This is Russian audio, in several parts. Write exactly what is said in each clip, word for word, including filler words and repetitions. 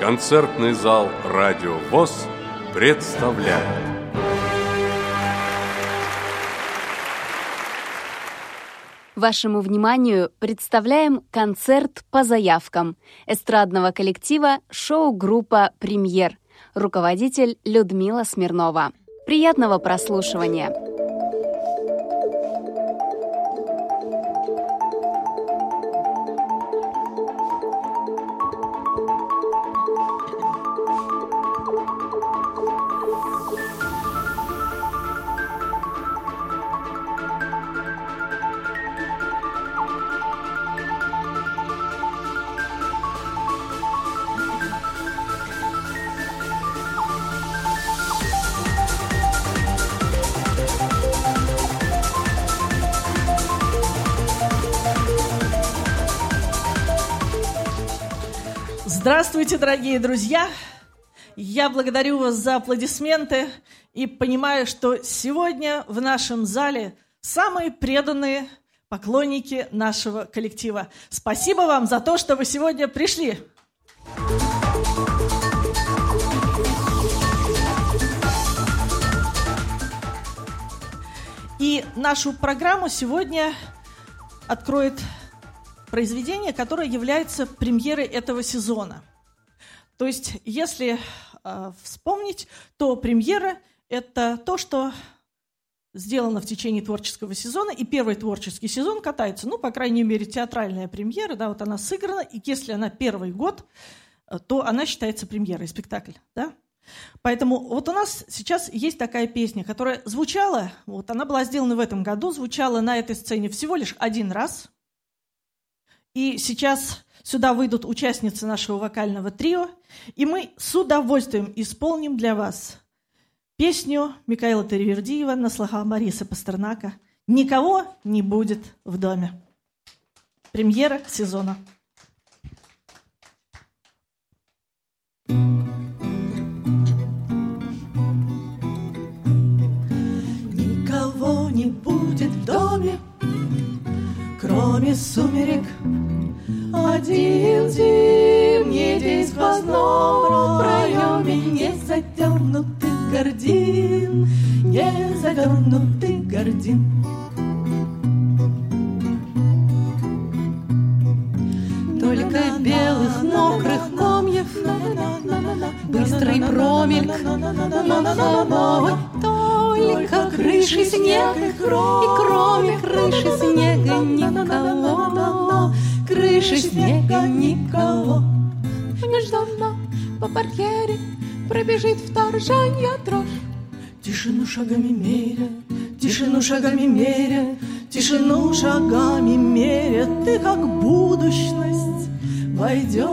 Концертный зал «Радио ВОС» представляет. Вашему вниманию представляем концерт по заявкам эстрадного коллектива шоу-группа «Премьер». Руководитель Людмила Смирнова. Приятного прослушивания! Здравствуйте, дорогие друзья! Я благодарю вас за аплодисменты и понимаю, что сегодня в нашем зале самые преданные поклонники нашего коллектива. Спасибо вам за то, что вы сегодня пришли. И нашу программу сегодня откроет произведение, которое является премьерой этого сезона. То есть, если э, вспомнить, то премьера – это то, что сделано в течение творческого сезона, и первый творческий сезон катается, ну, по крайней мере, театральная премьера, да, вот она сыграна, и если она первый год, то она считается премьерой, спектакль, да. Поэтому вот у нас сейчас есть такая песня, которая звучала, вот она была сделана в этом году, звучала на этой сцене всего лишь один раз. И сейчас сюда выйдут участницы нашего вокального трио, и мы с удовольствием исполним для вас песню Микаэла Таривердиева на слова Бориса Пастернака «Никого не будет в доме». Премьера сезона. Никого не будет в доме, кроме сумерек. Один зимний день в сквозном проеме, не задернутых гордин, не задернутых гордин. Только белых мокрых комьев, быстрый промельк маховой, только крыши снег, и кроме крыши снега никого. Крыши снега никого. Нежданно по портьере пробежит вторжанья дрожь. Тишину шагами меря, тишину шагами меря, тишину шагами меря, ты как будущность войдешь.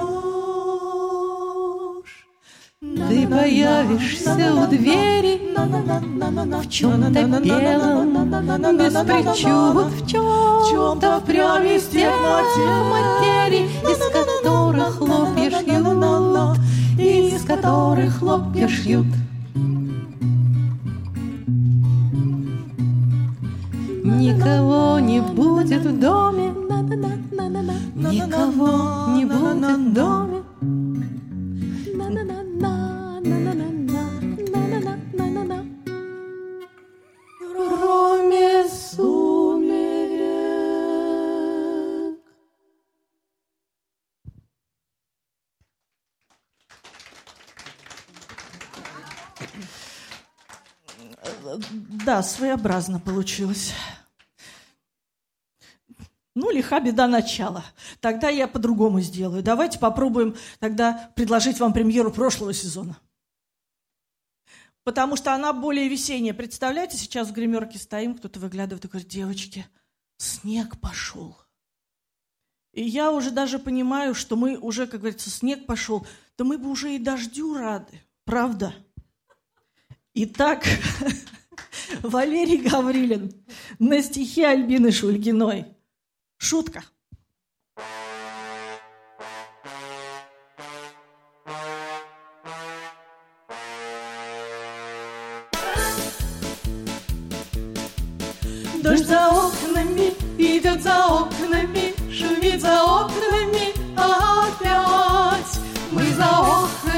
Ты появишься у двери в чем-то белом, без причуд, в чем-то впрямь из тех материй, из которых хлопья шьют, из которых хлопья шьют. Никого не будет в доме, никого не будет в доме. Кроме сумерек. Да, своеобразно получилось. Ну, лиха беда начала. Тогда я по-другому сделаю. Давайте попробуем тогда предложить вам премьеру прошлого сезона. Потому что она более весенняя. Представляете, сейчас в гримерке стоим, кто-то выглядывает и говорит: девочки, снег пошел. И я уже даже понимаю, что мы уже, как говорится, снег пошел, то мы бы уже и дождю рады. Правда? Итак, Валерий Гаврилин на стихи Альбины Шульгиной. Шутка. Дождь за окнами, идет за окнами, шумит за окнами опять. Мы за окнами.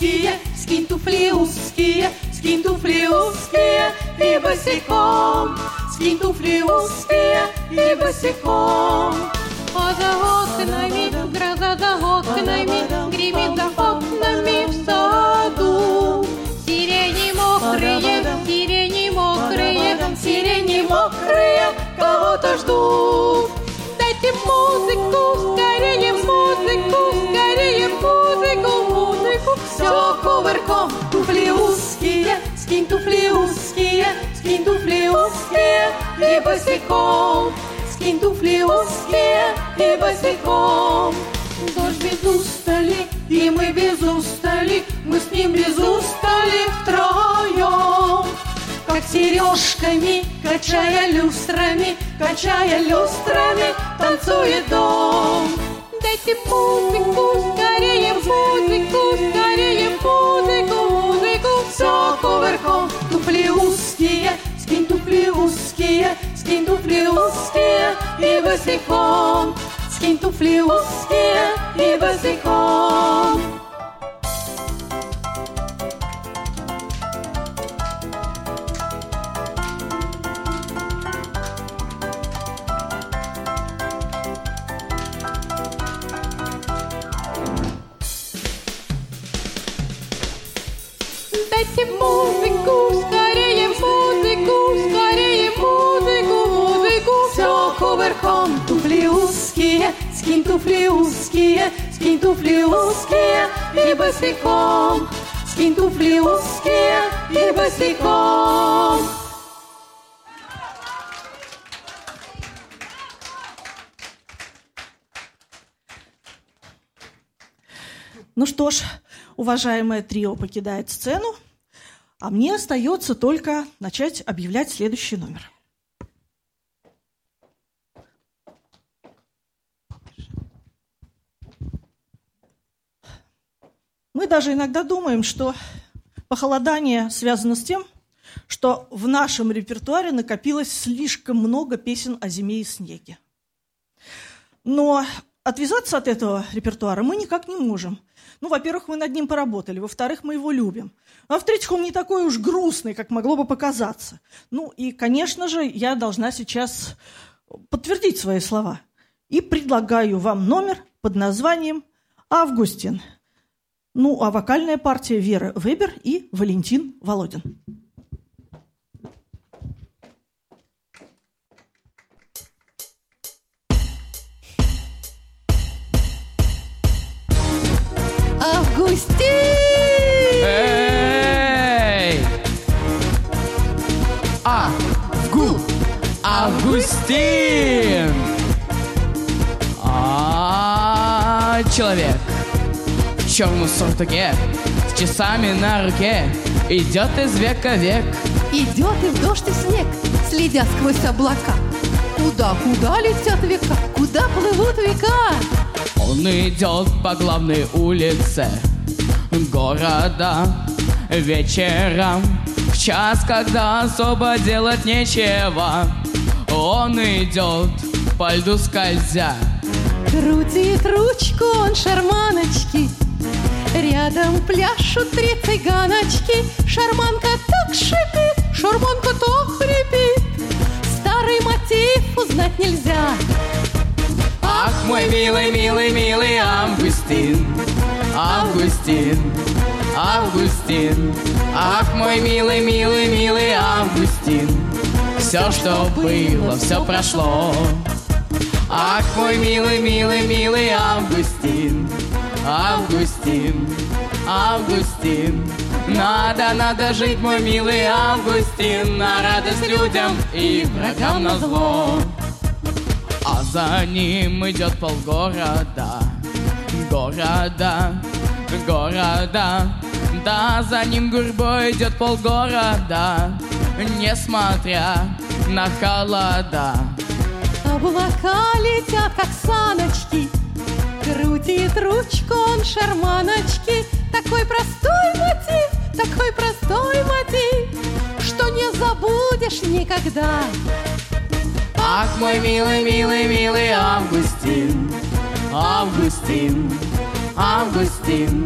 узкие, скинь туфли узкие, скинь туфли узкие и босиком, скинь туфли узкие и босиком. А за окнами, гроза за окнами, гремит за окнами в саду. Сирени мокрые, сирени мокрые, сирени мокрые, кого-то ждут. Дайте музыку, скорее музыку, скорее музыку, музыку. Все кувырком, туфли узкие, скинь туфли узкие, скинь туфли узкие и босиком, скинь туфли узкие и босиком. Дождь без устали, и мы без устали, мы с ним без устали втроем. Как сережками, качая люстрами, качая люстрами, танцует дом. Дайте музыку, скорее музыку, скорее музыку, музыку. Все кувырком, туфли узкие, скинь туфли узкие, скинь туфли узкие и босиком, скинь туфли узкие и босиком. Дайте музыку, скорее музыку, скорее музыку, музыку. Все кувырком, туфли узкие, скинь туфли узкие, скинь туфли узкие и босиком, скинь туфли узкие и босиком. Ну что ж, уважаемое трио покидает сцену, а мне остается только начать объявлять следующий номер. Мы даже иногда думаем, что похолодание связано с тем, что в нашем репертуаре накопилось слишком много песен о зиме и снеге. Но отвязаться от этого репертуара мы никак не можем. Ну, во-первых, мы над ним поработали, во-вторых, мы его любим. А в-третьих, он не такой уж грустный, как могло бы показаться. Ну, и, конечно же, я должна сейчас подтвердить свои слова. И предлагаю вам номер под названием «Августин». Ну, а вокальная партия Вера Вебер и Валентин Володин. Августин! Эй! Авгу! Августин! А человек в черном сюртуке с часами на руке идет из века в век. Идет и в дождь, и в снег, следя сквозь облака. Куда, куда летят века, куда плывут века? Он идет по главной улице города вечером, в час, когда особо делать нечего. Он идет по льду скользя, крутит ручку он шарманочки, рядом пляшут три цыганочки. Шарманка так шипит, шарманка так хрипит, старый мотив узнать нельзя. ах, мой милый, милый, милый Августин, Августин, Августин, ах, мой милый, милый, милый Августин, все, что было, все прошло. Ах, мой милый, милый, милый Августин, Августин, Августин, надо, надо жить, мой милый Августин, на радость людям и врагам назло. А за ним идет полгорода, города, города, да, за ним гурьбой идет полгорода, несмотря на холода. Облака летят, как саночки, крутит ручку он шарманочки. Такой простой мотив, такой простой мотив, что не забудешь никогда. Ах, мой милый, милый, милый Августин, Августин, Августин,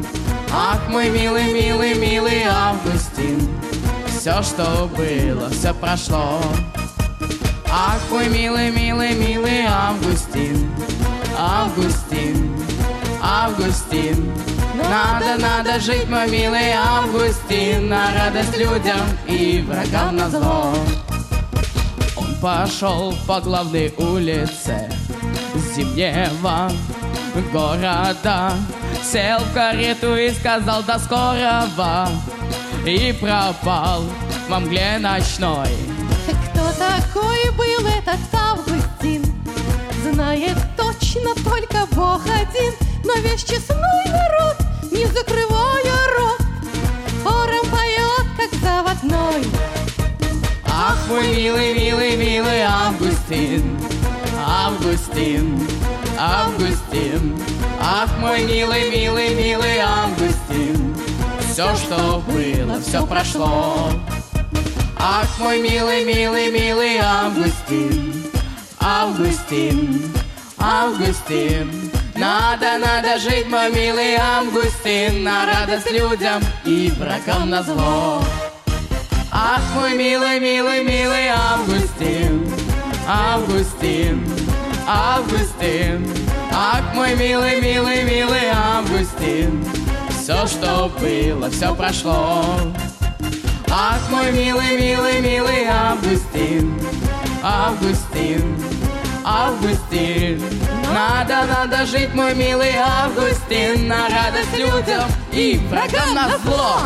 Ах, мой милый, милый, милый Августин, все, что было, все прошло. Ах, мой милый, милый, милый Августин, Августин, Августин. Надо, надо жить, мой милый Августин, на радость людям и врагам назло. Он пошел по главной улице зимнего города, сел в карету и сказал до скорого, и пропал во мгле ночной. Кто такой был этот Августин, знает точно только Бог один. Но весь честной народ, не закрывая рот, хором поет, как заводной. Ах, мой милый, милый, милый Августин, Августин, Августин. Ах, мой милый, милый, милый Августин, все, что было, все прошло. Ах, мой милый, милый, милый Августин, Августин, Августин. Надо, надо жить, мой милый Августин, на радость людям и врагам назло. Ах, мой милый, милый, милый Августин, Августин, Августин. Ах, мой милый, милый, милый Августин, все, что было, все прошло. Ах, мой милый, милый, милый Августин, Августин, Августин. Надо, надо жить, мой милый Августин, на радость людям и врагам назло.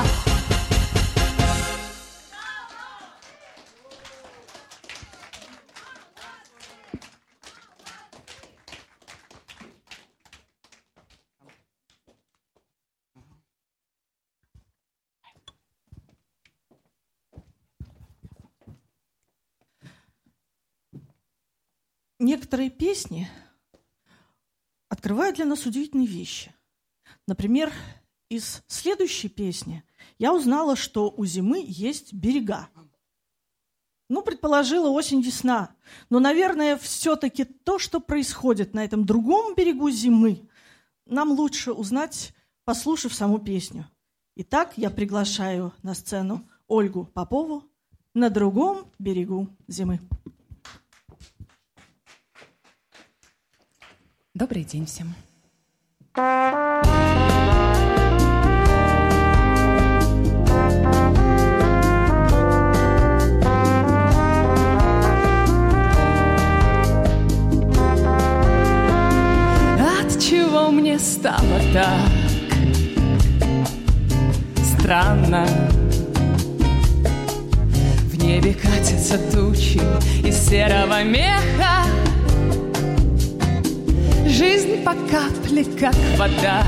Некоторые песни открывают для нас удивительные вещи. Например, из следующей песни я узнала, что у зимы есть берега. Ну, предположила осень-весна. Но, наверное, все-таки то, что происходит на этом другом берегу зимы, нам лучше узнать, послушав саму песню. Итак, я приглашаю на сцену Ольгу Попову «На другом берегу зимы». Добрый день всем. Отчего мне стало так странно? В небе катятся тучи из серого меха. Жизнь по капле, как вода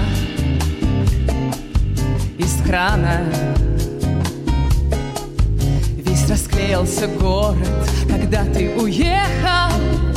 из крана. Весь расклеился город, когда ты уехал.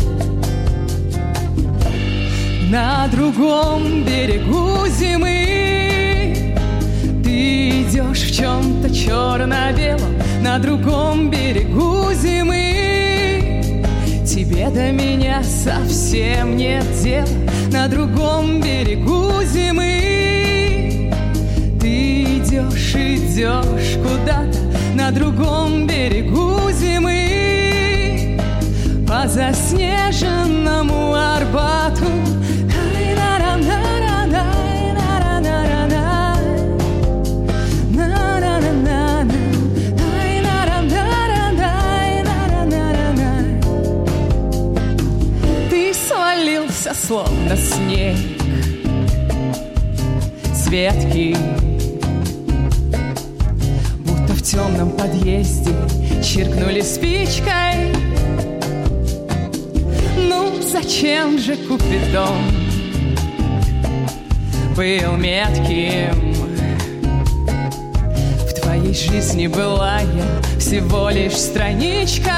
На другом берегу зимы ты идешь в чем-то черно-белом. На другом берегу зимы тебе до меня совсем нет дела. На другом берегу зимы ты идешь, идешь куда-то. На другом берегу зимы по заснеженному Арбату. Словно снег с ветки, будто в темном подъезде чиркнули спичкой. Ну, зачем же Купидон был метким? В твоей жизни была я всего лишь страничка.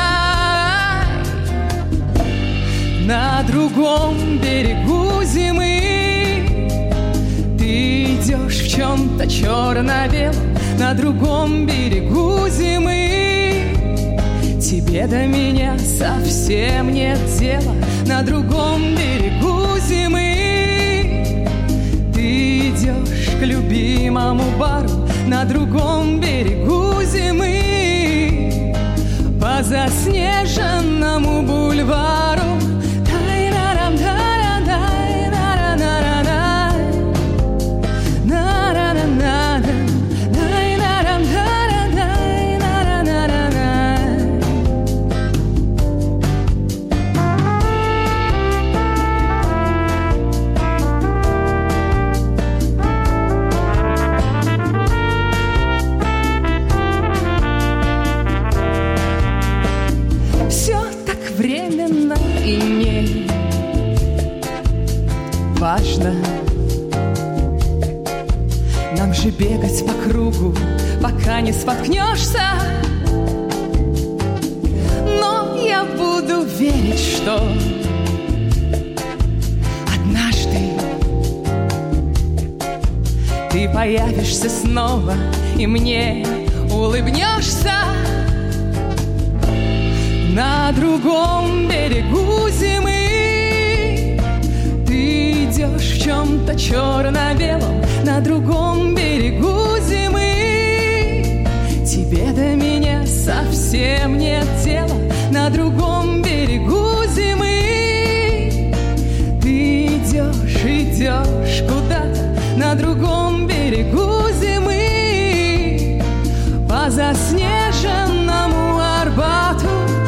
На другом берегу зимы ты идешь в чем-то черно-белом. На другом берегу зимы тебе до меня совсем нет дела. На другом берегу зимы ты идешь, к любимому бару на другом берегу зимы, по заснеженному бульвару. Важно нам же бегать по кругу, пока не споткнешься. Но я буду верить, что однажды ты появишься снова и мне улыбнешься. На другом берегу зимы идешь в чем-то черно-белом, на другом берегу зимы. Тебе до меня совсем нет дела, на другом берегу зимы. Ты идешь, идешь куда-то, на другом берегу зимы, по заснеженному Арбату.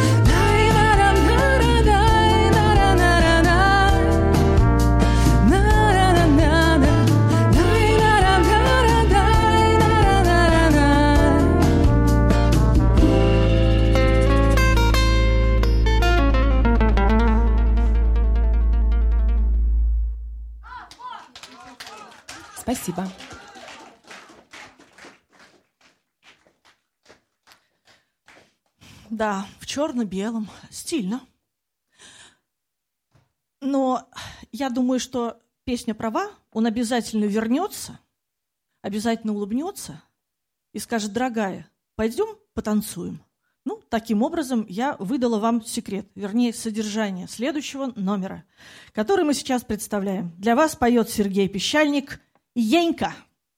Спасибо. Да, в черно-белом. Стильно. Но я думаю, что песня права, он обязательно вернется, обязательно улыбнется и скажет: дорогая, пойдем потанцуем. Ну, таким образом, я выдала вам секрет, вернее, содержание следующего номера, который мы сейчас представляем. Для вас поет Сергей Пещальник «Енька».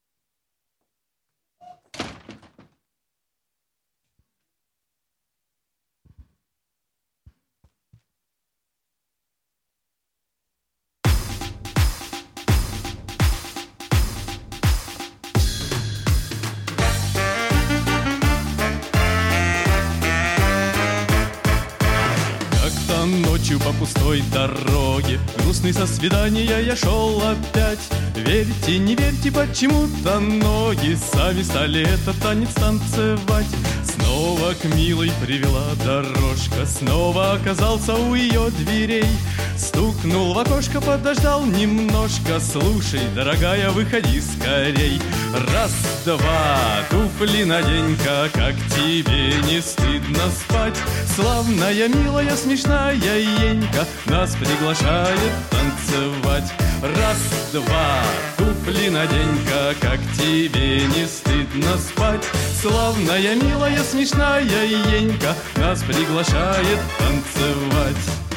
Ночью по пустой дороге, грустный со свидания я шел опять. Верьте, не верьте, почему-то ноги сами стали этот танец танцевать. Снова к милой привела дорожка, снова оказался у ее дверей. Стукнул в окошко, подождал немножко. Слушай, дорогая, выходи скорей. Раз, два, туфли надень-ка, как тебе не стыдно спать. Славная, милая, смешная Енька нас приглашает танцевать. Раз, два, туфли надень-ка, как тебе не стыдно спать. Славная, милая, смешная Енька нас приглашает танцевать.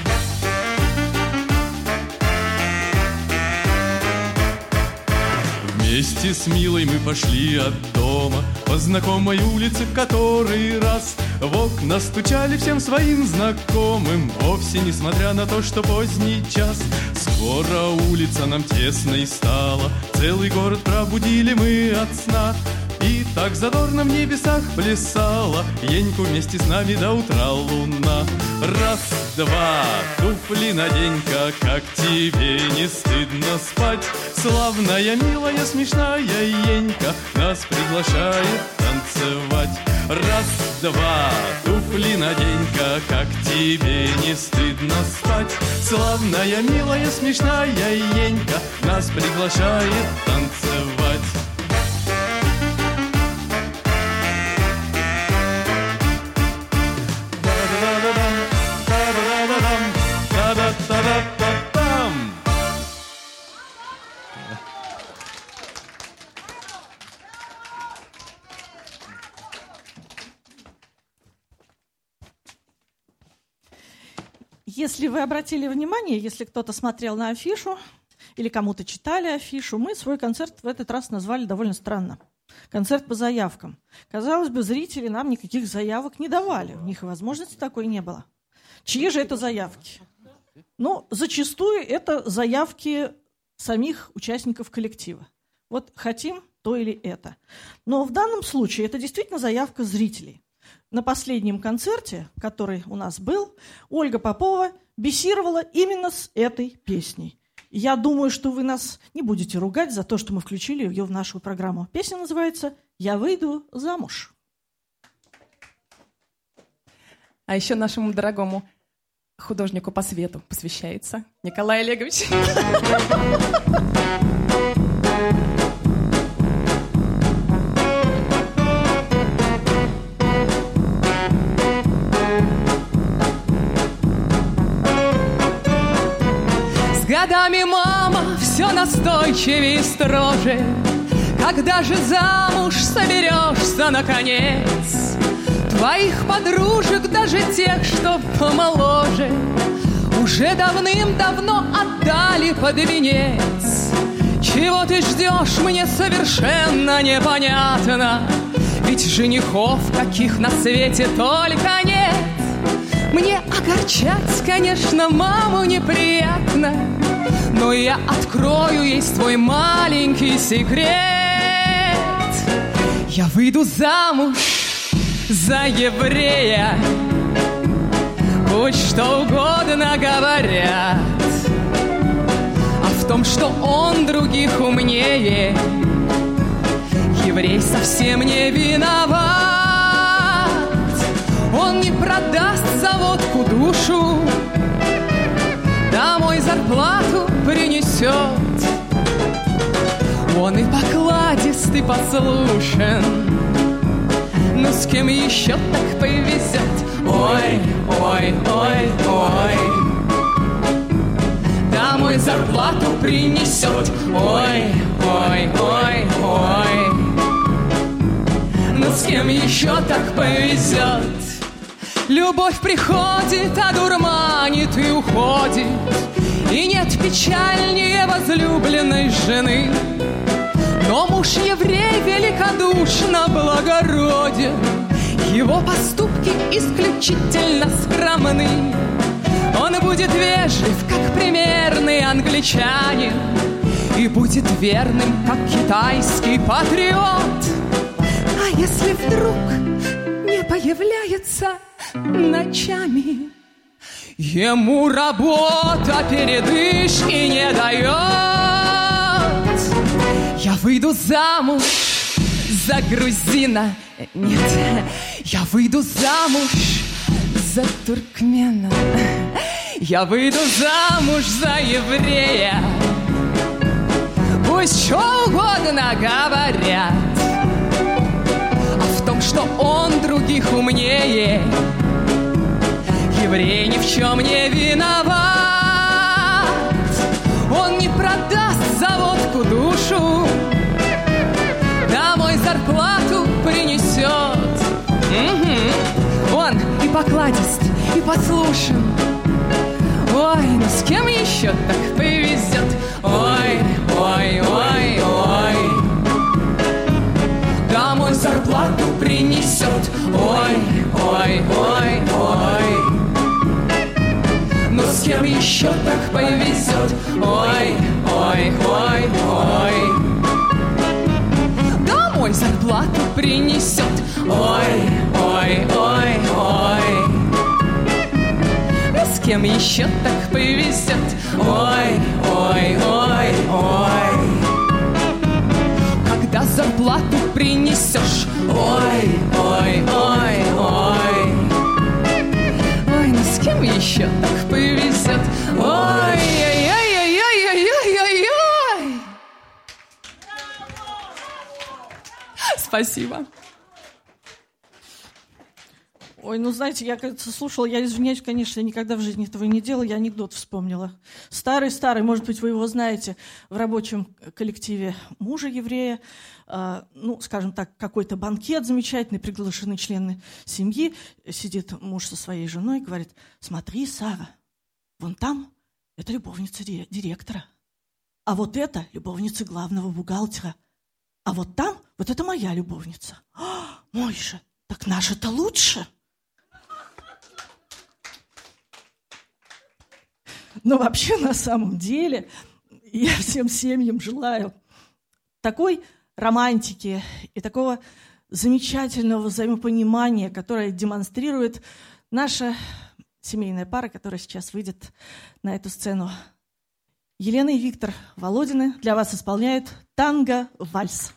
Вместе с милой мы пошли от дома по знакомой улице в который раз. В окна стучали всем своим знакомым, вовсе несмотря на то, что поздний час. Скоро улица нам тесной стала, целый город пробудили мы от сна. И так задорно в небесах плясала Еньку вместе с нами до утра луна. Раз, два, туфли надень-ка, как тебе не стыдно спать. Славная, милая, смешная Енька нас приглашает танцевать. Раз, два, туфли надень-ка, как тебе не стыдно спать. Славная, милая, смешная Енька нас приглашает танцевать. Если вы обратили внимание, если кто-то смотрел на афишу, или кому-то читали афишу. Мы свой концерт в этот раз назвали довольно странно. Концерт по заявкам. Казалось бы, зрители нам никаких заявок не давали. У них и возможности такой не было. Чьи же это заявки? Ну, зачастую это заявки самих участников коллектива. Вот хотим то или это. Но в данном случае это действительно заявка зрителей. На последнем концерте, который у нас был, Ольга Попова бессировала именно с этой песней. Я думаю, что вы нас не будете ругать за то, что мы включили ее в нашу программу. Песня называется «Я выйду замуж». А еще нашему дорогому художнику по свету посвящается Николай Олегович. С годами, мама, все настойчивее и строже. Когда же замуж соберешься, наконец? Твоих подружек, даже тех, что помоложе, уже давным-давно отдали под венец. Чего ты ждешь, мне совершенно непонятно, ведь женихов каких на свете только нет. Мне огорчать, конечно, маму неприятно, но я открою ей свой маленький секрет. Я выйду замуж за еврея, пусть что угодно говорят, а в том, что он других умнее, еврей совсем не виноват. Он не продаст за водку душу, домой зарплату принесет. Он и покладист, и послушен, но с кем еще так повезет? Ой, ой, ой, ой, домой зарплату принесет. Ой, ой, ой, ой, но с кем еще так повезет? Любовь приходит, одурманит и уходит, и нет печальнее возлюбленной жены. Но муж еврей великодушно благороден, его поступки исключительно скромны. Он будет вежлив, как примерный англичанин, и будет верным, как китайский патриот. А если вдруг не появляется ночами, ему работа передышки не дает. Я выйду замуж за грузина. Нет, я выйду замуж за туркмена. Я выйду замуж за еврея, пусть что угодно говорят, а в том, что он других умнее, еврей ни в чем не виноват. Он не продаст за водку душу, домой зарплату принесет. Угу. Он и покладист, и послушен. Ой, ну с кем еще так повезет? Ой, ой, ой, ой, домой зарплату принесет. Ой, ой, ой, ой, ну с кем еще так повезет? Ой, ой, ой, ой, домой зарплату принесет. Ой, ой, ой, ой, ну с кем еще так повезет? Ой, ой, ой, ой, когда зарплату принесешь. Ой, ой, ой, ой, ой, ну с кем еще так повезет? Ой, ой, ой, ой, ой, ой, ой, ой. Спасибо. Ой, ну знаете, я, кажется, слушала, я извиняюсь, конечно, я никогда в жизни этого не делала, я анекдот вспомнила. Старый-старый, может быть, вы его знаете, в рабочем коллективе мужа еврея, э, ну, скажем так, какой-то банкет замечательный, приглашены члены семьи, сидит муж со своей женой и говорит: смотри, Сава, вон там, это любовница директора. а вот это любовница главного бухгалтера. А вот там, вот это моя любовница. А, мой же, так наша-то лучше. Но вообще, на самом деле, я всем семьям желаю такой романтики и такого замечательного взаимопонимания, которое демонстрирует наша семейная пара, которая сейчас выйдет на эту сцену. Елена и Виктор Володины для вас исполняют танго-вальс.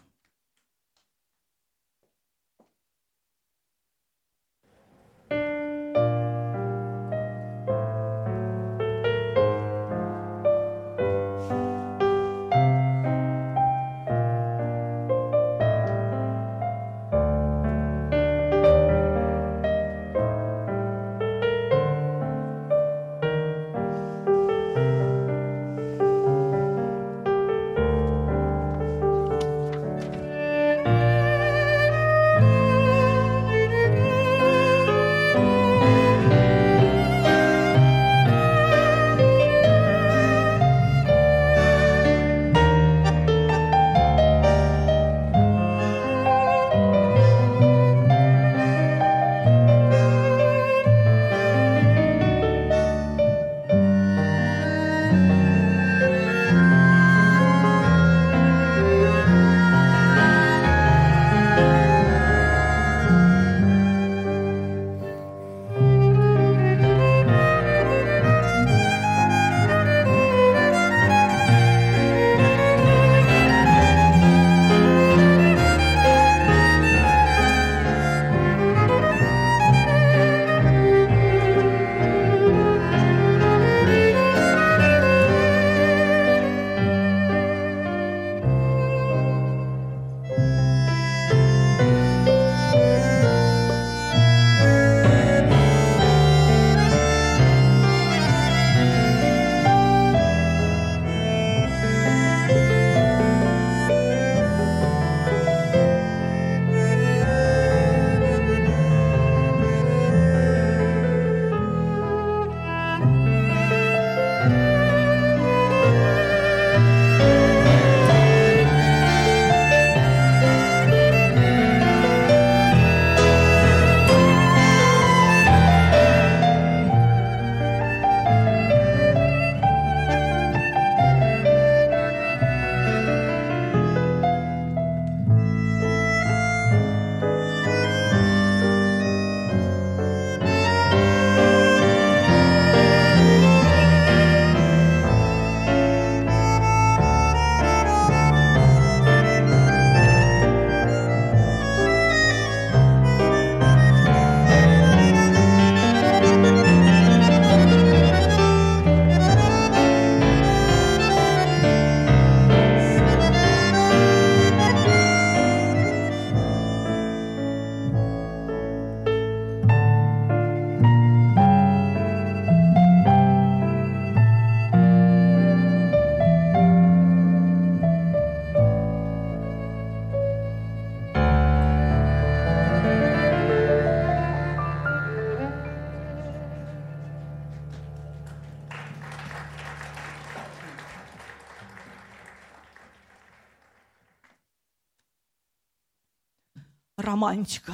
Романтика.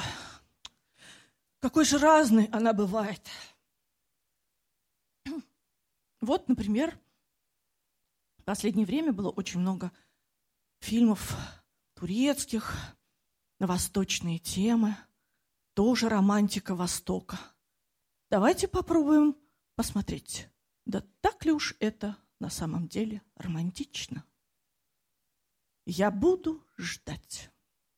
Какой же разной она бывает. Вот, например, в последнее время было очень много фильмов турецких на восточные темы. Тоже романтика Востока. Давайте попробуем посмотреть, да так ли уж это на самом деле романтично. Я буду ждать.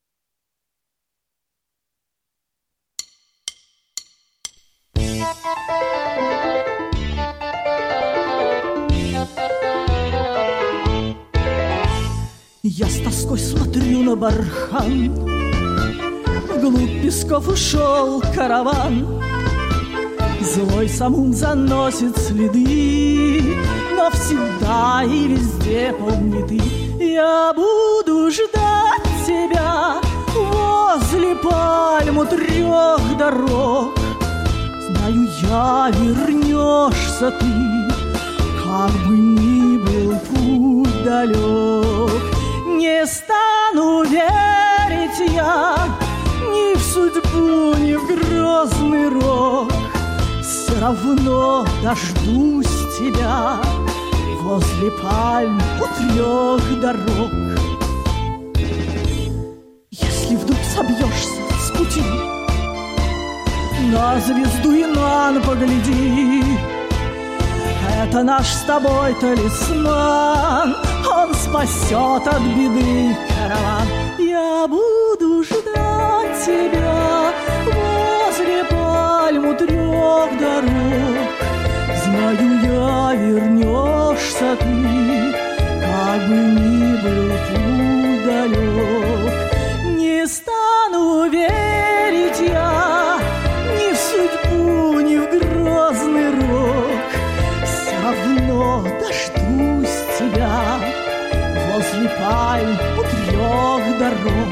Я с тоской смотрю на бархан, вглубь песков ушел караван. Злой самум заносит следы, но всегда и везде помни ты. Я буду ждать тебя возле пальму трех дорог. Знаю я, вернешься ты как бы ни был путь далек. Не стану верить я ни в судьбу, ни в грозный рок. Все равно дождусь тебя возле пальм у трех дорог. Если вдруг собьешься с пути, на звезду и на погляди. Это наш с тобой талисман, он спасет от беды караван. Я буду ждать тебя возле пальм у трех дорог. Знаю я, вернешься ты, как бы ни был путь далек. Не стану верить я ни в судьбу, ни в грозный рок. Все равно дождусь тебя возле пальм у трех дорог.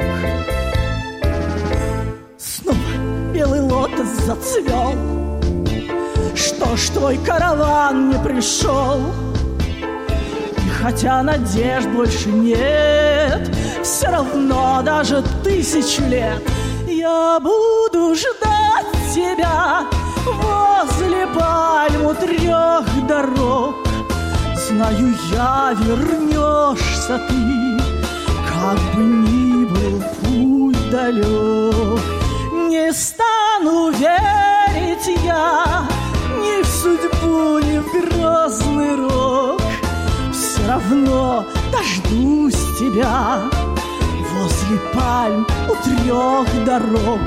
Снова белый лотос зацвел. Что ж твой караван не пришел? И хотя надежд больше нет, все равно даже тысячу лет я буду ждать тебя возле пальм у трех дорог. Знаю я, вернешься ты, как бы ни был путь далек. Не стану верить я ни в судьбу, ни в грозный рок. Все равно дождусь тебя возле пальм у трех дорог.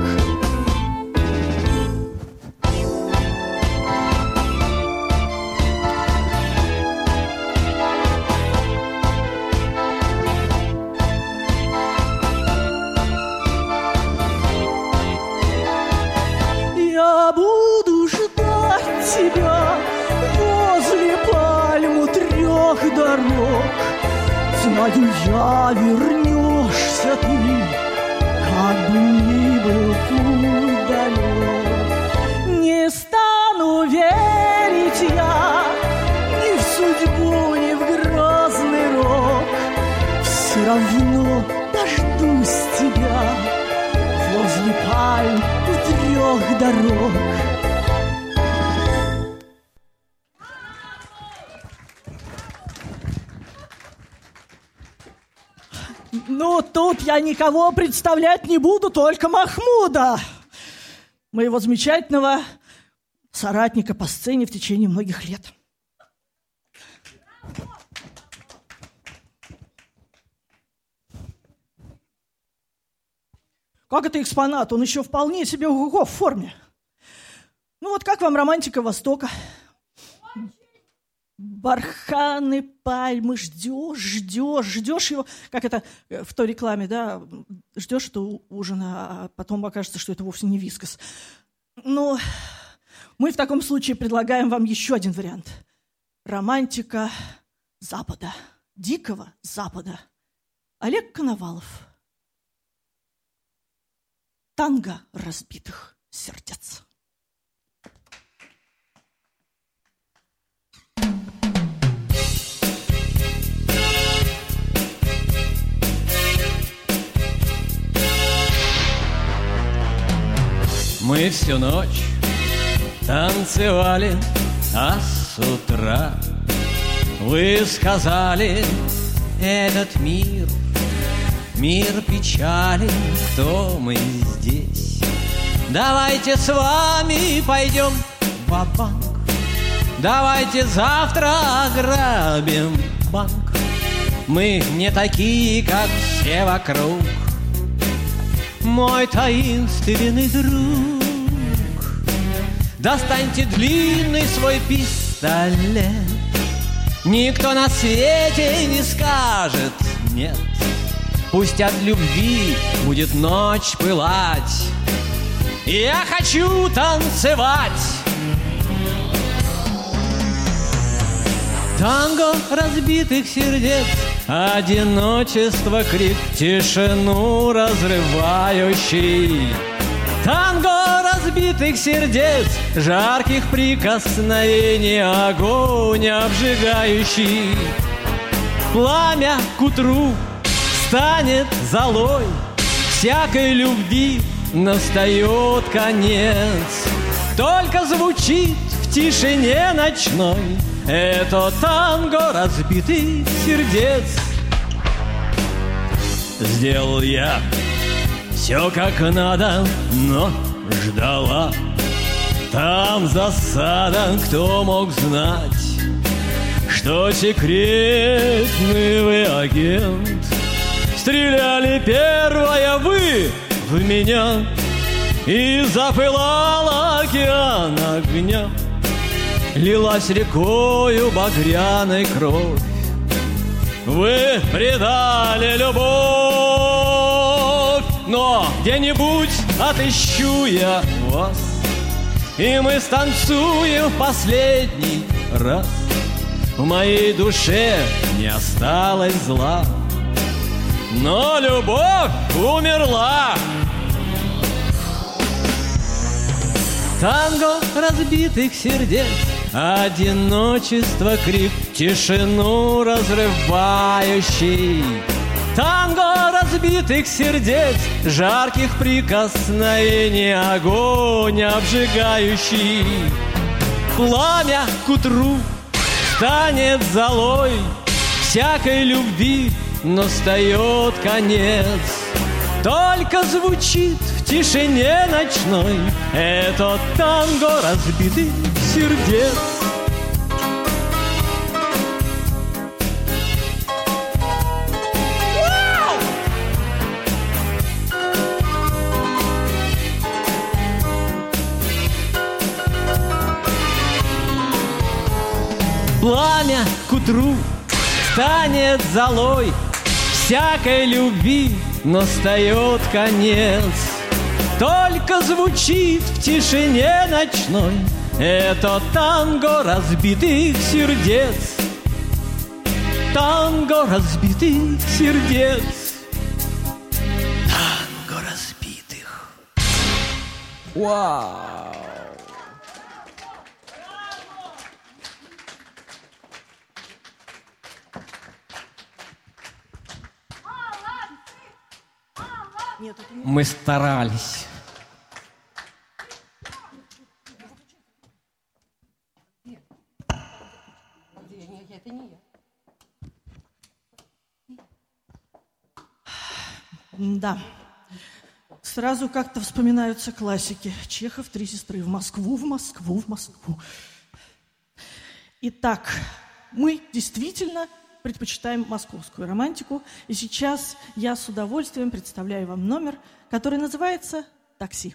Я буду ждать тебя возле пальм у трех дорог. Знаю я, вернешься ты, как бы ни был путь далек. Не стану верить я ни в судьбу, ни в грозный рок. Все равно дождусь тебя возле пальм у трех дорог. Ну, тут я никого представлять не буду, только Махмуда, моего замечательного соратника по сцене в течение многих лет. Как это экспонат? Он еще вполне себе ого-го в форме. Ну вот как вам романтика Востока? Барханы, пальмы, ждешь, ждешь, ждешь его, как это в той рекламе, да, ждешь этого ужина, а потом окажется, что это вовсе не вискас. Ну, мы в таком случае предлагаем вам еще один вариант. Романтика Запада, дикого Запада. Олег Коновалов. Танго разбитых сердец. Мы всю ночь танцевали, а с утра вы сказали: этот мир, мир печали, кто мы здесь? Давайте с вами пойдем ва-банк, давайте завтра ограбим банк. Мы не такие, как все вокруг, мой таинственный друг. Достаньте длинный свой пистолет, никто на свете не скажет нет. Пусть от любви будет ночь пылать, я хочу танцевать. Танго разбитых сердец, одиночество, крик, тишину разрывающий. Танго разбитых разбитых сердец, жарких прикосновений огонь обжигающий. Пламя к утру станет золой, всякой любви настает конец. Только звучит в тишине ночной это танго разбитых сердец. Сделал я все как надо, но ждала там засада. Кто мог знать, что секретный вы агент? Стреляли первая вы в меня, и запылал океан огня. Лилась рекою багряной кровь. Вы предали любовь, но где-нибудь отыщу я вас, и мы станцуем в последний раз. В моей душе не осталось зла, но любовь умерла. Танго разбитых сердец, одиночество крик, тишину разрывающий. Танго разбитых сердец, жарких прикосновений огонь обжигающий. Пламя к утру станет золой, всякой любви настает конец. Только звучит в тишине ночной это танго разбитых сердец. Пламя к утру станет золой, всякой любви настает конец. Только звучит в тишине ночной это танго разбитых сердец. Танго разбитых сердец. Танго разбитых. Вау! Мы старались. Да. Сразу как-то вспоминаются классики. Чехов, «Три сестры». В Москву, в Москву, в Москву. Итак, мы действительно предпочитаем московскую романтику. И сейчас я с удовольствием представляю вам номер, который называется «Такси».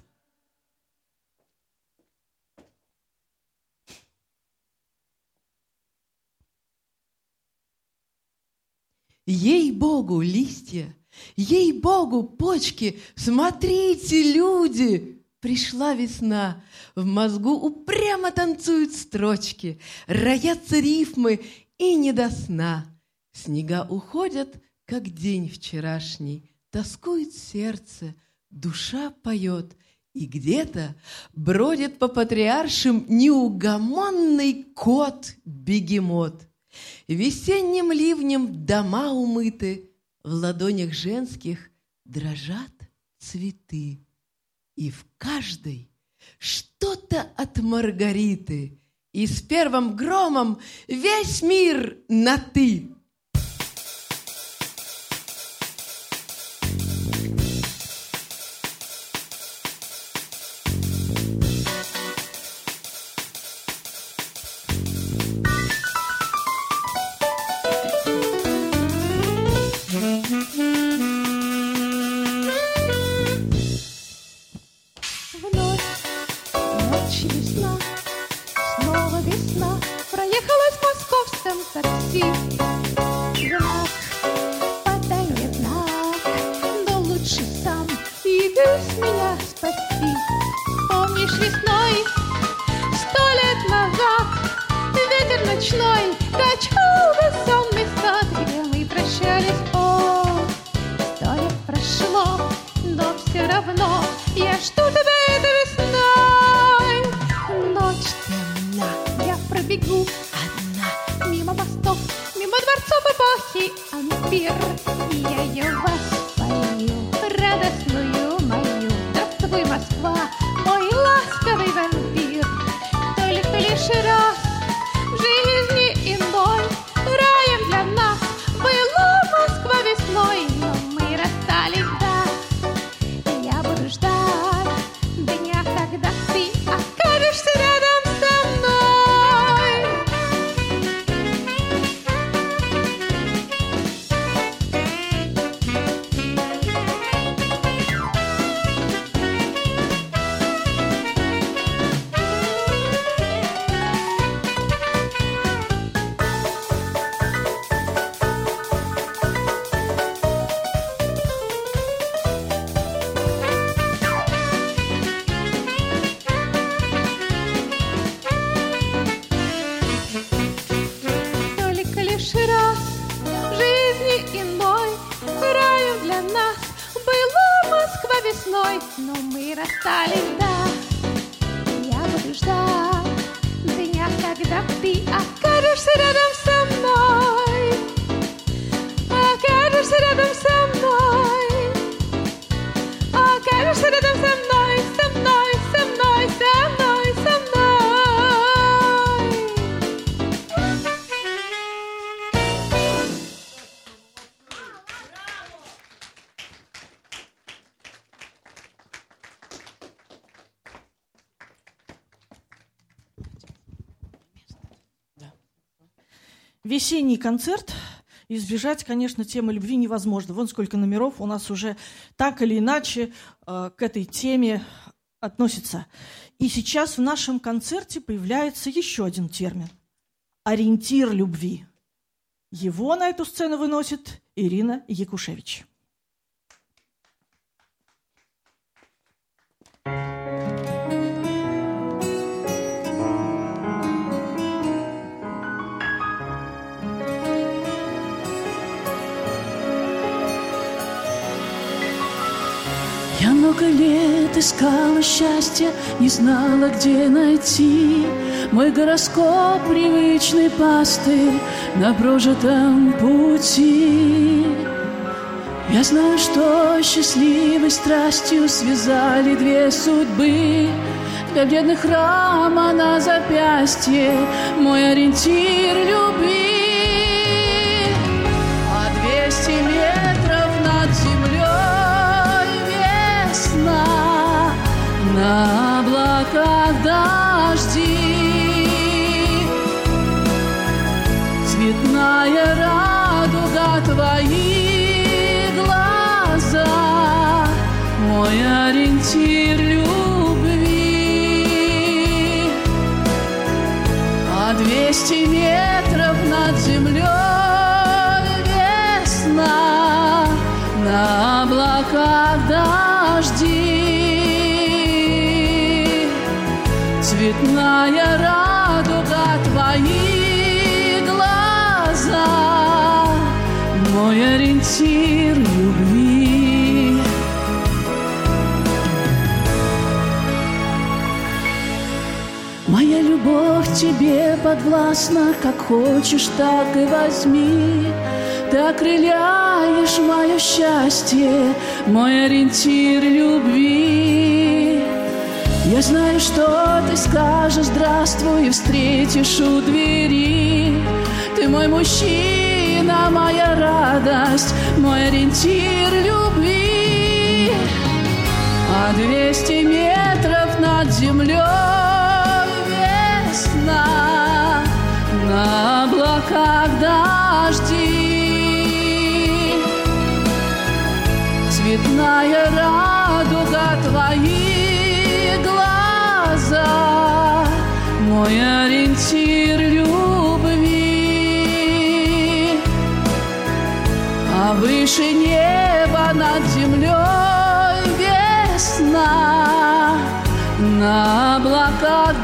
Ей-богу, листья, ей-богу, почки, смотрите, люди! Пришла весна, в мозгу упрямо танцуют строчки, роятся рифмы и не до сна. Снега уходят, как день вчерашний, тоскует сердце, душа поет, и где-то бродит по патриаршим неугомонный кот-бегемот. Весенним ливнем дома умыты, в ладонях женских дрожат цветы. И в каждой что-то от Маргариты, и с первым громом весь мир на «ты». Но все равно я жду тебя, эта весна. вампир, и я ее воспою, радостную мою. Здравствуй, Москва, мой ласковый вампир. Только лишь раз в жизни иной раем для нас была Москва весной, но мы расстались, да. Я буду ждать дня, когда ты окажешься рядом со мной. Только лишь раз в жизни иной раем для нас была Москва весной, но мы расстались, да. Я буду ждать дня, когда ты окажешься рядом со мной, окажешься рядом со мной, окажешься рядом со мной, со мной, со мной, со мной, со мной. Весенний концерт. Избежать, конечно, темы любви невозможно. Вон сколько номеров у нас уже так или иначе э, к этой теме относится. И сейчас в нашем концерте появляется еще один термин – ориентир любви. Его на эту сцену выносит Ирина Якушевич. Я много лет искала счастья, не знала, где найти. Мой гороскоп — привычный пастырь на прожитом пути. Я знаю, что счастливой страстью связали две судьбы. Для бедных рама на запястье мой ориентир любви. А двести метров над землей весна, на облаках дожди, цветная радуга твои глаза, мой ориентир любви. А двести метров над землей весна, на облаках дожди, цветная радуга твои глаза, мой ориентир любви. Моя любовь тебе подвластна, как хочешь, так и возьми. Ты окрыляешь мое счастье, мой ориентир любви. Я знаю, что ты скажешь здравствуй и встретишь у двери. Ты мой мужчина, моя радость, мой ориентир любви. А двести метров над землей весна, на облаках дожди, цветная радуга твои глаза, мой ориентир любви. А выше неба над землей весна, на облаках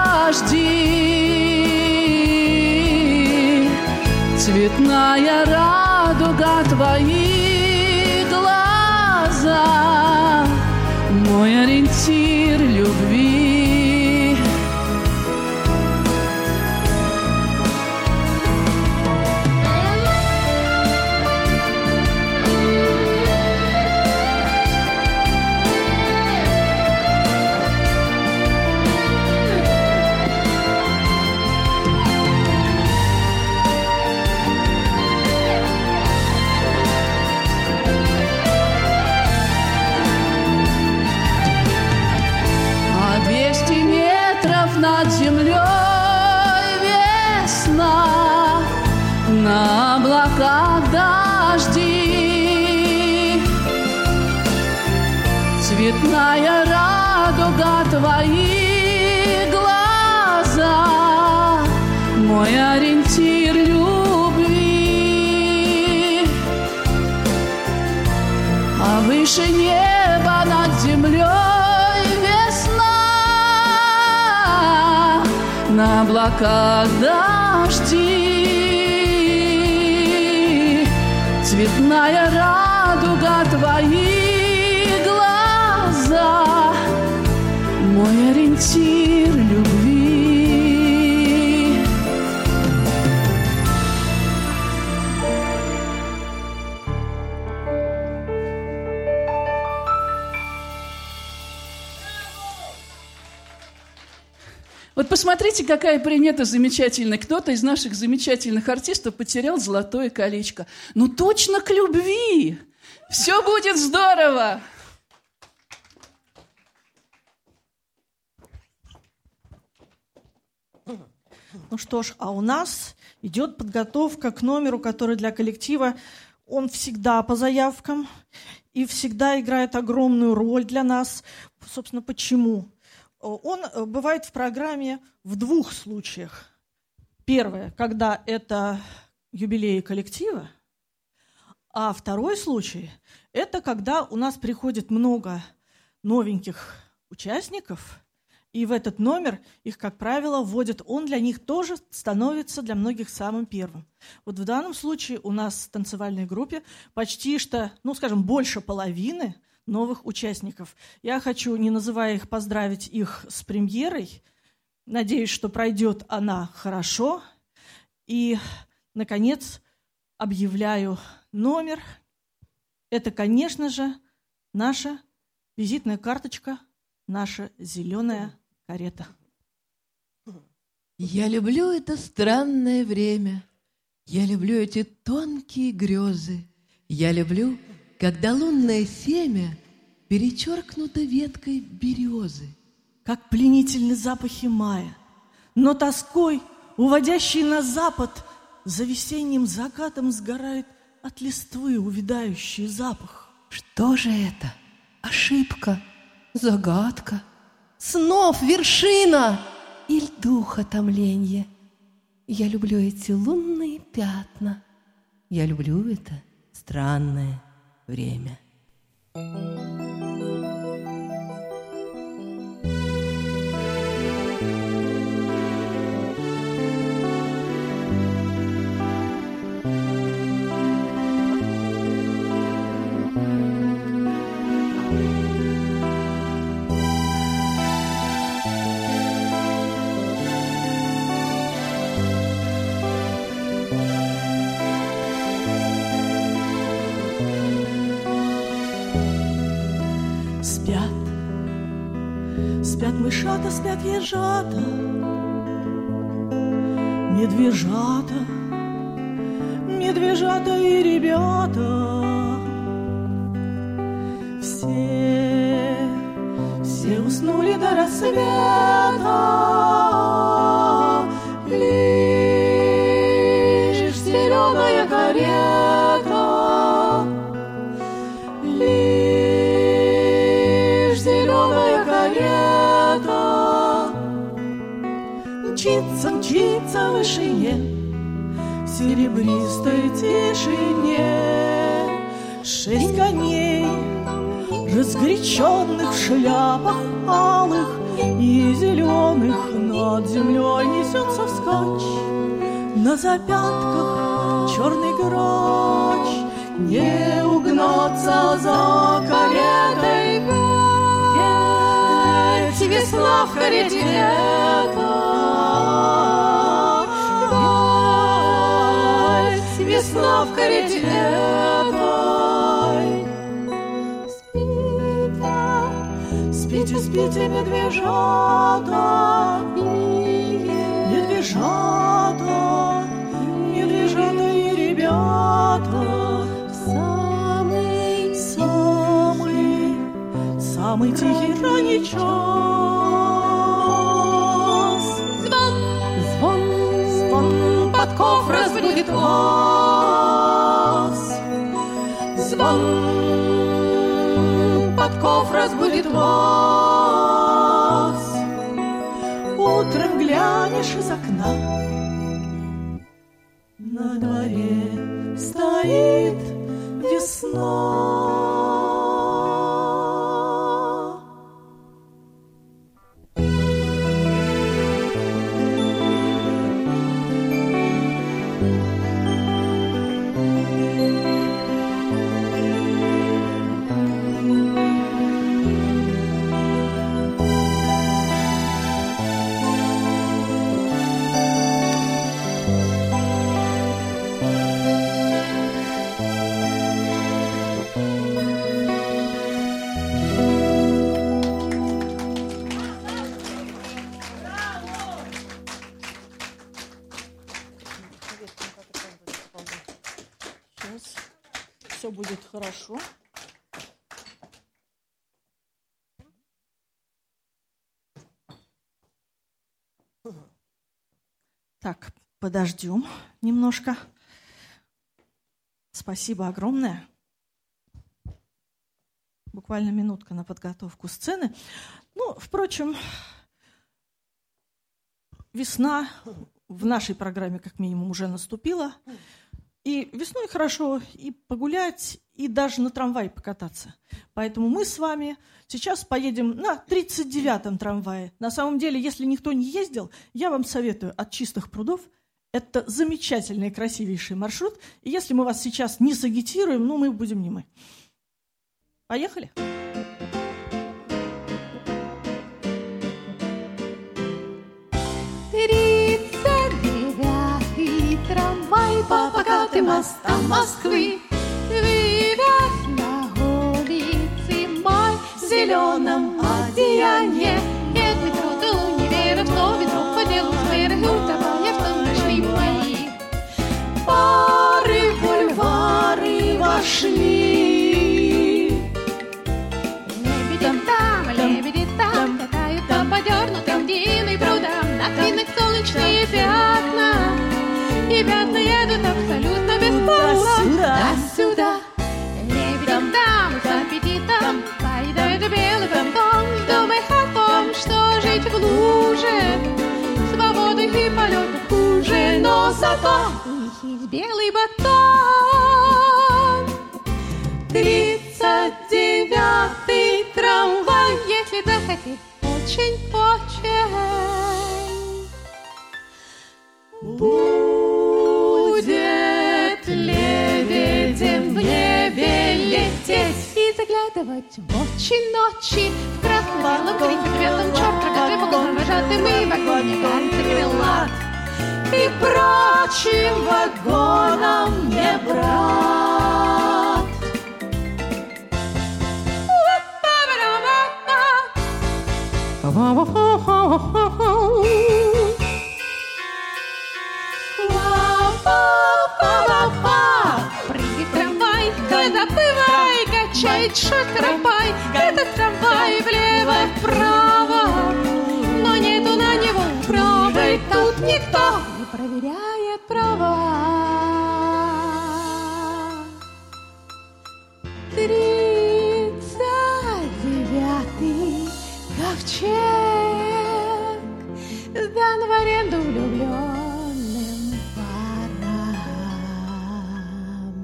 дожди, цветная радуга твои глаза, мой ориентир любви. цветная радуга твои глаза, мой ориентир любви. А выше неба над землей весна, на облаках дожди, цветная радуга твои глаза, мой ориентир любви. Вот посмотрите, какая примета замечательная. Кто-то из наших замечательных артистов потерял золотое колечко. Ну точно к любви. Все будет здорово. Ну что ж, а у нас идет подготовка к номеру, который для коллектива, он всегда по заявкам и всегда играет огромную роль для нас. Собственно, почему? Он бывает в программе в двух случаях. Первое, когда это юбилей коллектива, а второй случай – это когда у нас приходит много новеньких участников, и в этот номер их, как правило, вводят. Он для них тоже становится для многих самым первым. Вот в данном случае у нас в танцевальной группе почти что, ну, скажем, больше половины новых участников. Я хочу, не называя их, поздравить их с премьерой. Надеюсь, что пройдет она хорошо. И, наконец, объявляю номер. Это, конечно же, наша визитная карточка, наша зеленая карета. Я люблю это странное время. Я люблю эти тонкие грезы. Я люблю, когда лунное семя перечеркнуто веткой березы. Как пленительны запахи мая, но тоской, уводящий на запад, за весенним закатом сгорает от листвы увядающий запах. Что же это? Ошибка, загадка, снов вершина или духа томленье? Я люблю эти лунные пятна. Я люблю это странное время. Спят мышата, спят ежата, медвежата, медвежата и ребята. Все, все уснули до рассвета, лишь зеленая карета, лишь зеленая карета. Мчится, мчится в вышине, в серебристой тишине. Шесть коней, разгоряченных в шляпах алых и зеленых, над землей несется вскачь. На запятках черный грач, не угнаться за каретой. Ведь весна в карете лето, ведь весна в карете этой. Спите, спите, спите, медвежата, медвежата, медвежата и ребята. Самый, самый, самый тихий ранний час. Звон, звон, звон подков разбудит вас. Звон подков облаков разбудит вас. Утром глянешь из окна, на дворе стоит весна. Все будет хорошо. Так, подождем немножко. Спасибо огромное. Буквально минутка на подготовку сцены. Ну, впрочем, весна в нашей программе как минимум уже наступила. И весной хорошо и погулять, и даже на трамвае покататься. Поэтому мы с вами сейчас поедем на тридцать девятом трамвае. На самом деле, если никто не ездил, я вам советую от Чистых прудов. Это замечательный, красивейший маршрут. И если мы вас сейчас не сагитируем, ну, мы будем не мы. Поехали? Трамвай по покатым мостам Москвы вывез на улице май в зеленом одеянии. Нет метро до универа, что ветров по делу сферы, утопая в том нашли мои. Пары в бульвары вошли. Лебеди там, лебеди там, катают по подернутым длинным прудам, на длинных солнечные пятна. И пятна едут абсолютно бесполо. До-сюда, лебедем там, с аппетитом поедает белый фантом, думая о том, что жить в луже свободы и полета хуже. Но зато у них есть белый батон. Тридцать девятый трамвай, если захотеть очень-очень. Будет лебедем в небе лететь и заглядывать в очи ночи в красно-белом, крично-белом, черт-рогатый вагон, провожатый мы в вагоне, антикрылат и прочим вагонам не брат. Прыгай, трамвай, да забывай, качает шаг-трамвай. Этот трамвай влево-вправо, но нету на него права, и тут никто не проверяет права. Тридцать девятый ковчег сдан в аренду влюбленным парам.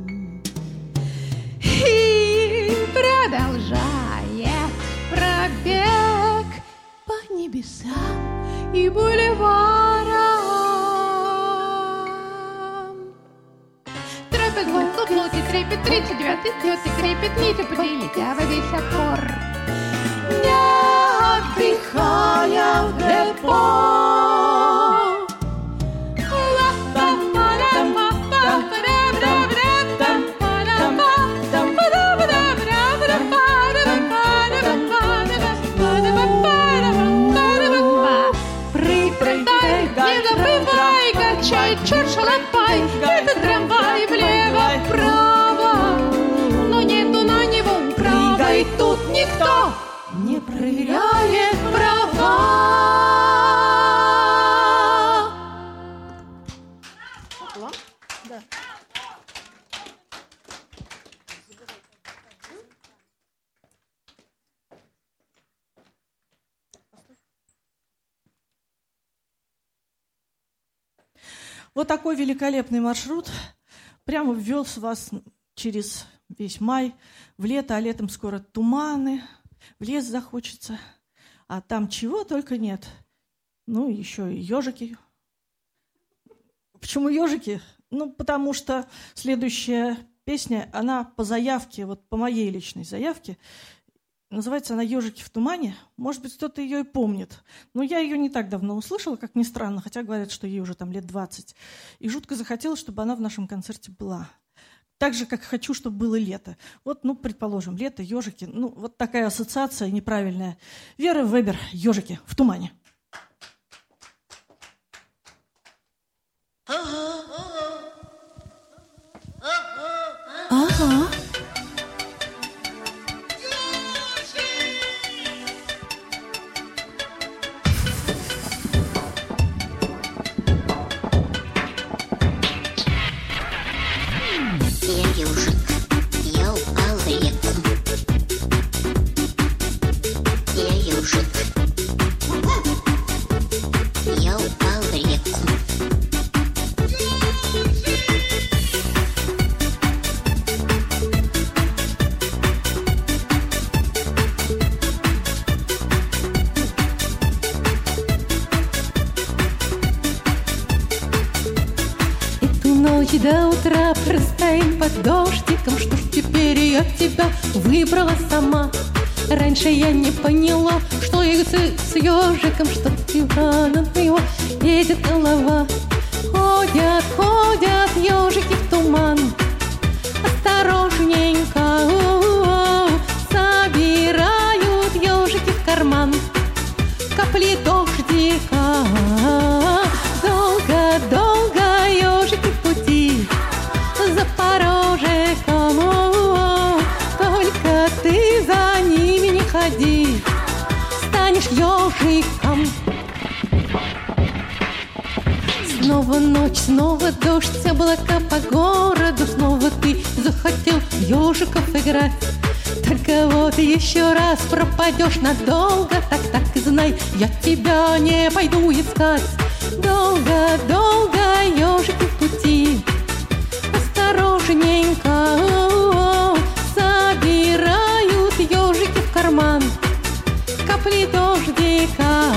И продолжает пробег по небесам и бульварам. Трепет воздух, плоти трепет, тридцать девятый идет и крепит нити пути, летя во весь опор, не отдыхая в депо. Не забывай, качай, черт шалопай, этот трамвай влево-вправо, но нету на него права, и тут никто не проверяет права. Да. Вот такой великолепный маршрут прямо ввез вас через весь май в лето, а летом скоро туманы, в лес захочется, а там чего только нет. Ну, еще и ежики. Почему ежики? Ну, потому что следующая песня, она по заявке, вот по моей личной заявке, называется она «Ежики в тумане». Может быть, кто-то ее и помнит. Но я ее не так давно услышала, как ни странно, хотя говорят, что ей уже там лет двадцать. И жутко захотелось, чтобы она в нашем концерте была. Так же, как хочу, чтобы было лето. Вот, ну, предположим, лето, ежики. Ну, вот такая ассоциация неправильная. Вера Вебер, «Ежики в тумане». Ага. Я ежик, я упал в реку. Я ежик, я упал в реку. Ночь до утра простоим под дождиком. Что ж теперь я тебя выбрала сама? Раньше я не поняла, что их с ежиком, что дивана на его едет голова. Ходят, ходят ежики в туман, осторожненько о-о-о, собирают ежики в карман капли дождика. Долго-долго ежики в пути за порожеком, о-о-о, только ты за ними не ходи, станешь ежиком. Снова ночь, снова дождь, облака по городу, снова ты захотел в ежиков играть. Только вот еще раз пропадешь надолго, так так и знай, я тебя не пойду искать. Долго-долго ежики в пути, осторожненько о-о-о, собирают ежики в карман капли дождика.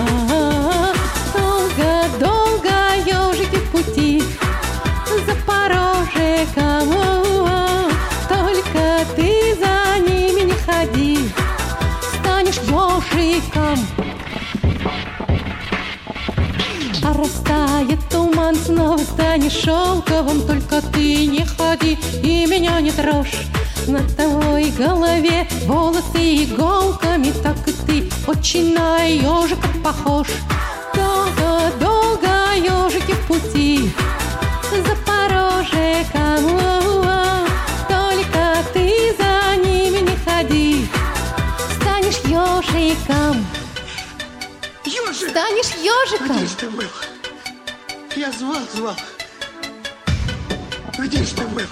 Долго-долго ежики в пути за порожеком, о-о-о, только ты за ними не ходи, станешь ежиком. А растает туман, снова станешь шелковым, только ты не ходи и меня не трожь. На твоей голове волосы иголками, так и ты очень на ежика похож. Долго-долго ежики в пути за порожеком, о-о-о, только ты за ними не ходи, станешь ежиком. Ежик! Станешь ежиком. Где ж ты был? Я звал, звал. Где ж ты был?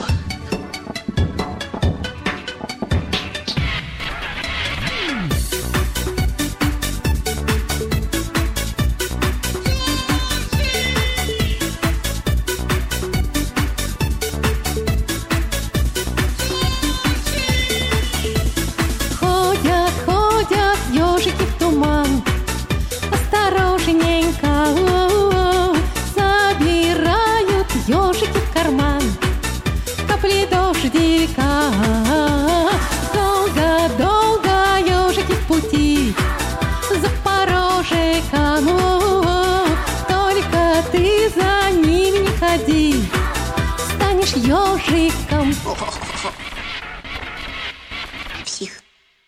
Ходят, ходят ежики в туман, осторожненько о-о-о, собирают ежики в карман капли дождика. Долго-долго ежики в пути за порожеком, о-о-о, только ты за ними не ходи, станешь ежиком. Псих.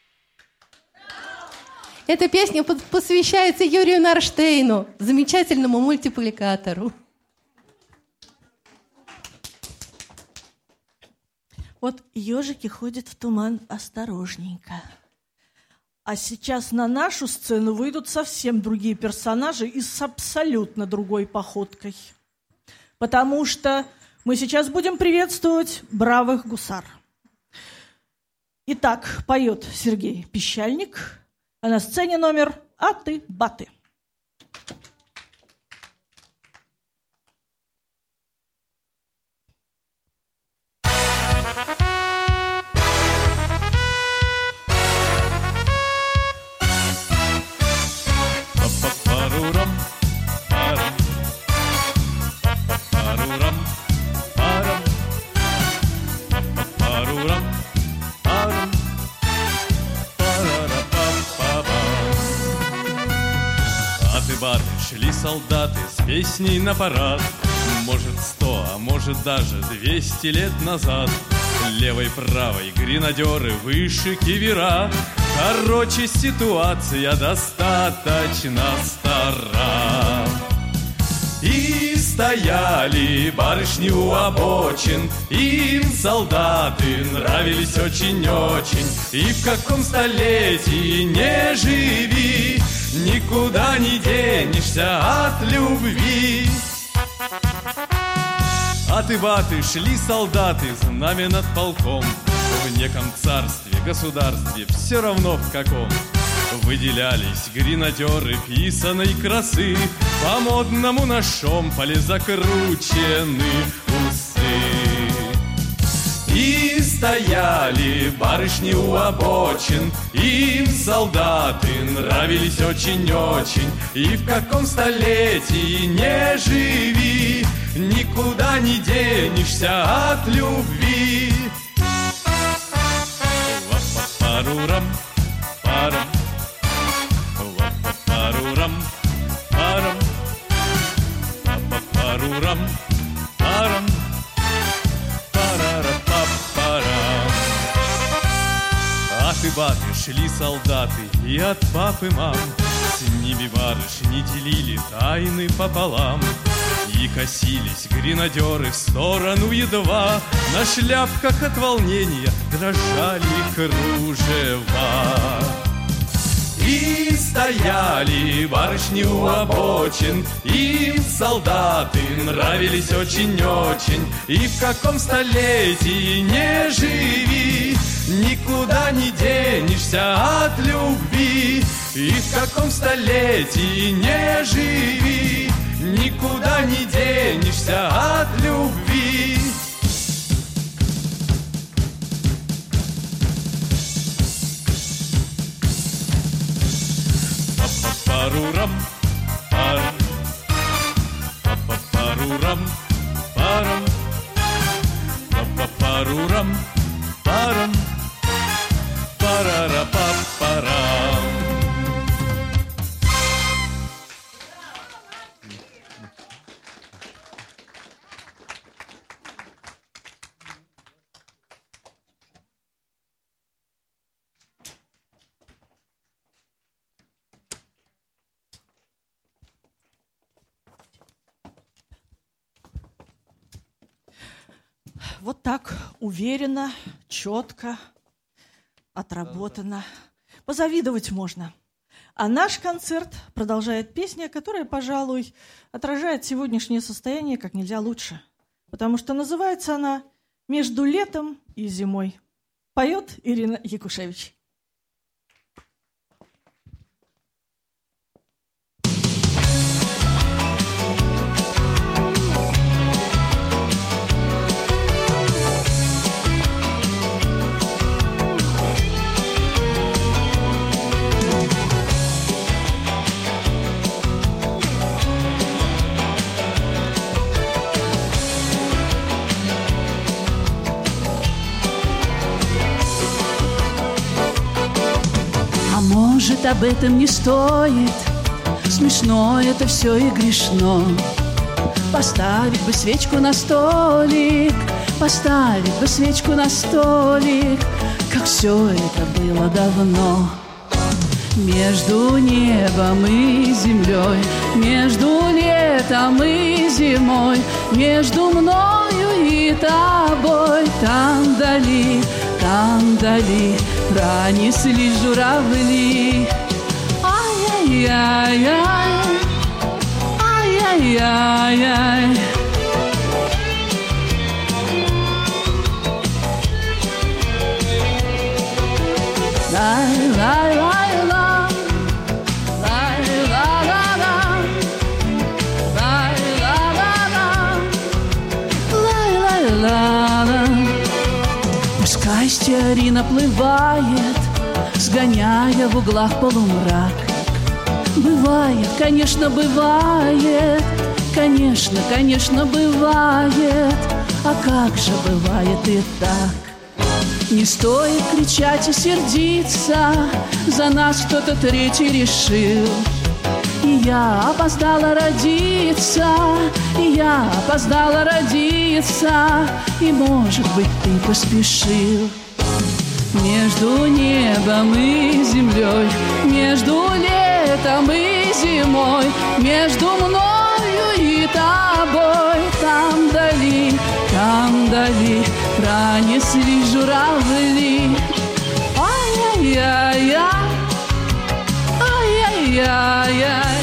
Эта песня посвящается Юрию Нарштейну, замечательному мультипликатору. Вот ежики ходят в туман осторожненько. А сейчас на нашу сцену выйдут совсем другие персонажи и с абсолютно другой походкой. Потому что мы сейчас будем приветствовать бравых гусар. Итак, поет Сергей Пищальник, а на сцене номер «Аты-баты». баты, шли солдаты с песней на парад. Может, сто, а может даже двести лет назад. Левой-правой гренадеры, выше кивера. Короче, ситуация достаточно стара. И стояли барышни у обочин, им солдаты нравились очень-очень. И в каком столетии не живи, никуда не денешься от любви. От Ибаты шли солдаты, знамя над полком. В неком царстве, государстве, все равно в каком, выделялись гренадеры писаной красы. По-модному на шомполе закручены усы. И стояли барышни у обочин, им солдаты нравились очень-очень. И в каком столетии не живи, никуда не денешься от любви. Ва-па-парурам, парам, ва-па-парурам, парам, ва-па-парурам, парам, парара-па-парам. От Ибаты шли солдаты и от пап и мам. С ними барышни делили тайны пополам. И косились гренадеры в сторону едва. На шляпках от волнения дрожали кружева. И стояли барышни у обочин, им солдаты нравились очень-очень. И в каком столетии не живи, никуда не денешься от любви. И в каком столетии не живи, никуда не денешься от любви. Па-па-парурам, парам, па-па-парурам, парам, па-па-парурам, парам, парара-па-парам. Вот так уверенно, четко, отработано. Позавидовать можно. А наш концерт продолжает песня, которая, пожалуй, отражает сегодняшнее состояние как нельзя лучше. Потому что называется она «Между летом и зимой». Поет Ирина Якушевич. Может, об этом не стоит, смешно это все и грешно. Поставить бы свечку на столик, поставить бы свечку на столик, как все это было давно. Между небом и землей, между летом и зимой, между мною и тобой, там вдали, там вдали пронеслись журавли. Ай-яй-яй-яй, ай-яй-яй-яй. Лай-лай-лай-ла, лай-ла-ла-ла, лай-ла-ла-ла, лай-лай-ла-ла. Пускай стеарин наплывает, сгоняя в углах полумрак. Бывает, конечно, бывает, конечно, конечно, бывает. А как же бывает и так? Не стоит кричать и сердиться, за нас кто-то третий решил. И Я опоздала родиться, я опоздала родиться, и, может быть, ты поспешил. Между небом и землей, между летом и зимой, между мною и тобой, там вдали, там вдали пронеслись журавли. Ай-яй-яй-яй, ай-яй-яй-яй.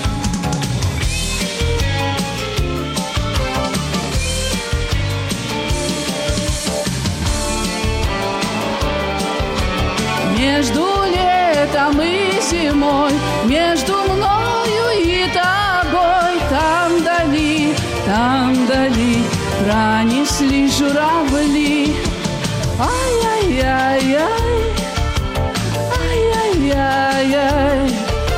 Между летом и зимой, между мною и тобой, там вдали, там вдали пронеслись журавли. Ай-яй-яй-яй, ай-яй-яй-яй.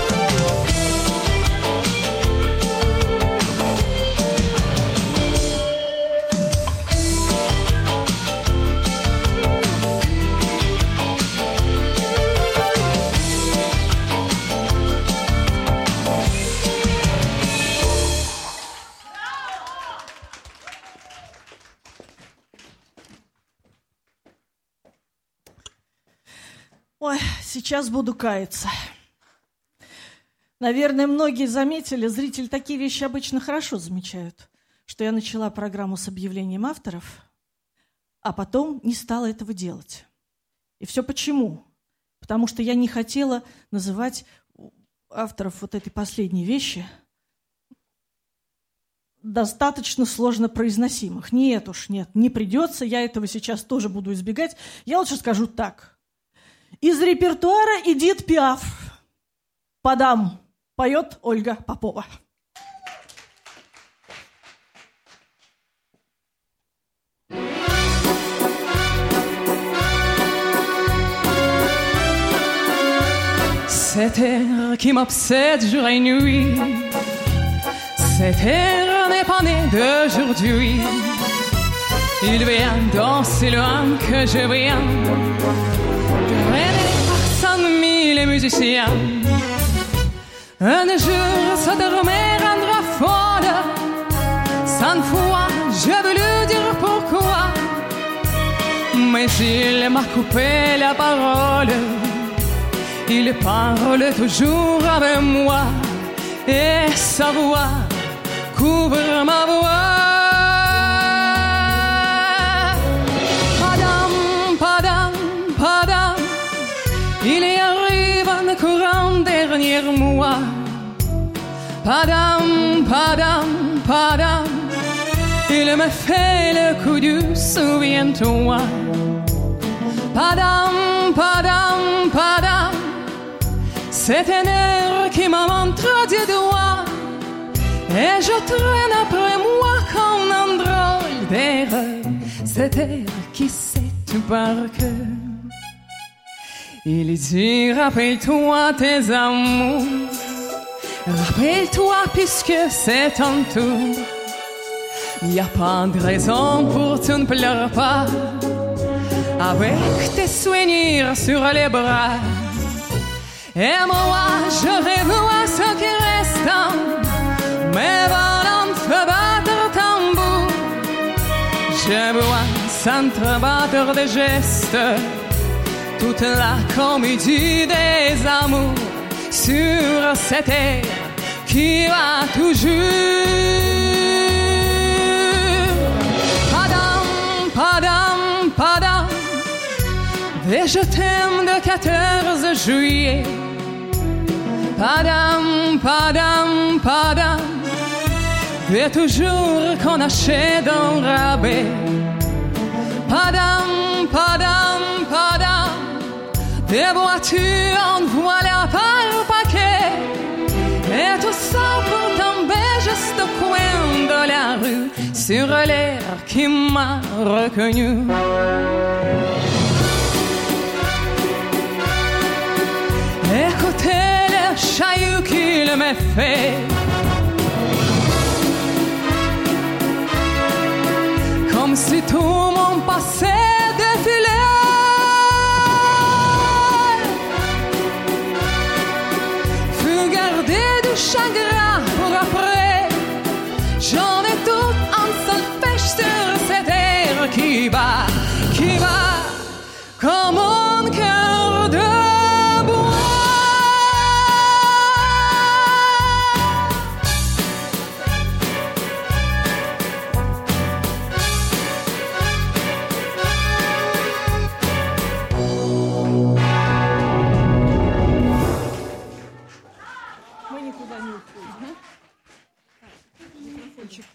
Ой, сейчас буду каяться. Наверное, многие заметили, зрители такие вещи обычно хорошо замечают, что я начала программу с объявлением авторов, а потом не стала этого делать. И все почему? Потому что я не хотела называть авторов вот этой последней вещи достаточно сложно произносимых. Нет уж, нет, не придется, я этого сейчас тоже буду избегать. Я лучше скажу так. Из репертуара Эдит Пиаф «Подам» поет Ольга Попова. Cet air qui m'obsède jour et nuit, cet air n'est pas né d'aujourd'hui. Il vient d'aussi loin que je viens, traîné par cent mille musiciens. Un jour, cette me rendra folle. Cent fois, j'ai voulu dire pourquoi, mais il m'a coupé la parole. Il parle toujours avec moi, et sa voix couvre ma voix. Padam, padam, padam, il y arrive en courant derrière moi. Padam, padam, padam, il me fait le coup du souviens-toi. Padam, padam, padam, c'est un air qui m'a montré du doigt, et je traîne après moi comme un drôle d'air. Cet air qui sait tout par cœur. Il dit rappelle-toi tes amours, rappelle-toi puisque c'est ton tour. Y a pas de raison pour tu ne pleures pas, avec tes souvenirs sur les bras. Et moi, je rêve à ce qui reste, mes ballons font battre tambour. Je vois s'entrebattre des gestes, toute la comédie des amours sur cette air qui va toujours. Padam, padam, padam, et je t'aime de quatorze juillet. Padam, padam, padam, et toujours qu'on achète un rabais. Padam, padam, padam, des voitures en voilà par paquet. Et tout ça pour tomber juste au coin de la rue, sur l'air qui m'a reconnu. Écoutez le chahut qu'il me fait, comme si tout mon passé défilait. Fut gardé du chagrin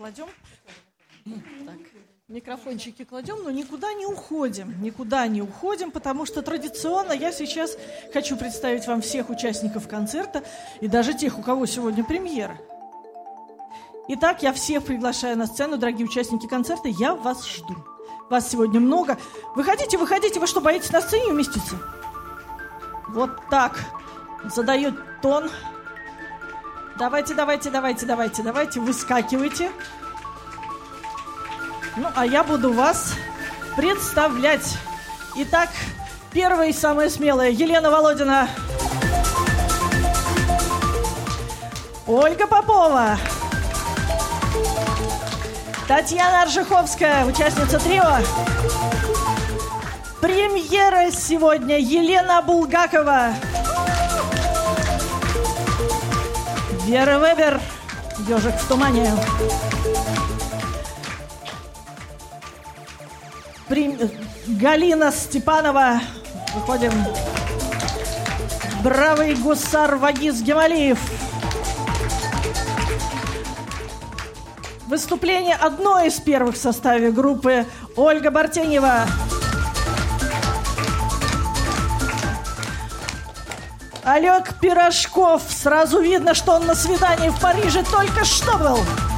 кладем. Так, микрофончики кладем, но никуда не уходим. Никуда не уходим, потому что традиционно я сейчас хочу представить вам всех участников концерта и даже тех, у кого сегодня премьера. Итак, я всех приглашаю на сцену, дорогие участники концерта, я вас жду. Вас сегодня много. Выходите, выходите, вы что, боитесь на сцене уместиться? Вот так. Задает тон. Давайте, давайте, давайте, давайте, давайте, выскакивайте. Ну, а я буду вас представлять. Итак, первая и самая смелая Елена Володина. Ольга Попова. Татьяна Аржиховская, участница трио. Премьера сегодня Елена Булгакова. Вера Вебер, «Ежик в тумане». Прем... Галина Степанова. Выходим. Бравый гусар Вагиз Гемалиев. Выступление одной из первых в составе группы Ольга Бартенева. Олег Пирожков. Сразу видно, что он на свидании в Париже только что был.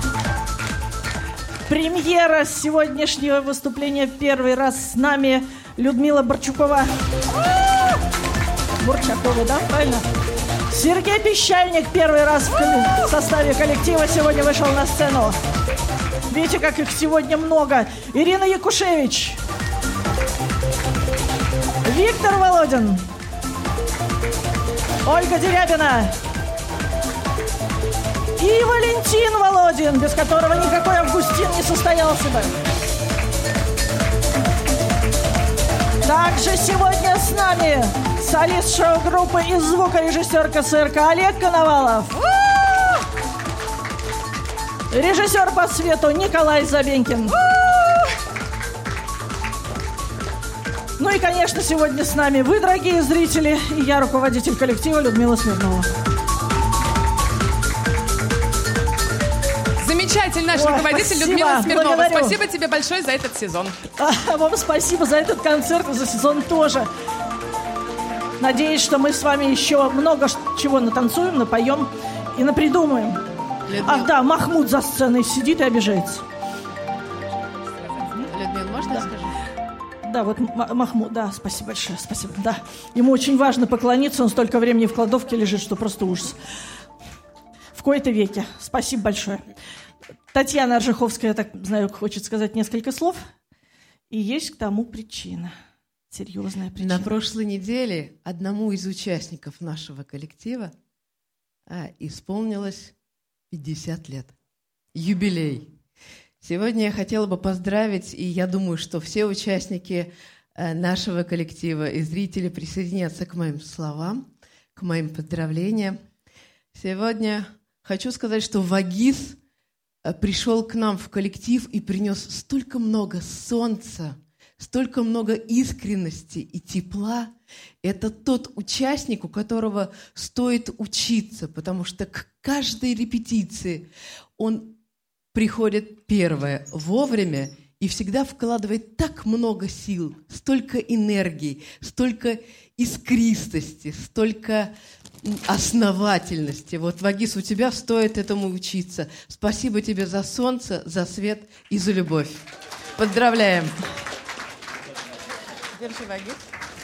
Премьера сегодняшнего выступления первый раз с нами Людмила Борчукова. Бурчакова, да, правильно? Сергей Пещальник первый раз в составе коллектива сегодня вышел на сцену. Видите, как их сегодня много. Ирина Якушевич. Виктор Володин. Ольга Дерябина. И Валентин Володин, без которого никакой Августин не состоялся бы. Также сегодня с нами солист шоу-группы и звукорежиссер ка эс эр ка Олег Коновалов. Режиссер по свету Николай Забенькин. Ну и, конечно, сегодня с нами вы, дорогие зрители, и я, руководитель коллектива Людмила Смирнова. Замечательный наш Ой, руководитель спасибо, Людмила Смирнова. Благодарю. Спасибо тебе большое за этот сезон. А, вам спасибо за этот концерт и за сезон тоже. Надеюсь, что мы с вами еще много чего натанцуем, напоем и напридумаем. Людмила. Ах да, Махмуд за сценой сидит и обижается. Людмила, можно да. я скажу? Да, вот Махмуд, да, спасибо большое, спасибо. Да, ему очень важно поклониться, он столько времени в кладовке лежит, что просто ужас. В кои-то веке. Спасибо большое. Татьяна Аржиховская, я так знаю, хочет сказать несколько слов. И есть к тому причина. Серьезная причина. На прошлой неделе одному из участников нашего коллектива а, исполнилось пятьдесят лет. Юбилей. Сегодня я хотела бы поздравить, и я думаю, что все участники а, нашего коллектива и зрители присоединятся к моим словам, к моим поздравлениям. Сегодня хочу сказать, что Вагиз пришел к нам в коллектив и принес столько много солнца, столько много искренности и тепла. Это тот участник, у которого стоит учиться, потому что к каждой репетиции он приходит первое вовремя и всегда вкладывает так много сил, столько энергии, столько искристости, столько основательности. Вот, Вагиз, у тебя стоит этому учиться. Спасибо тебе за солнце, за свет и за любовь. Поздравляем. Держи, Вагиз.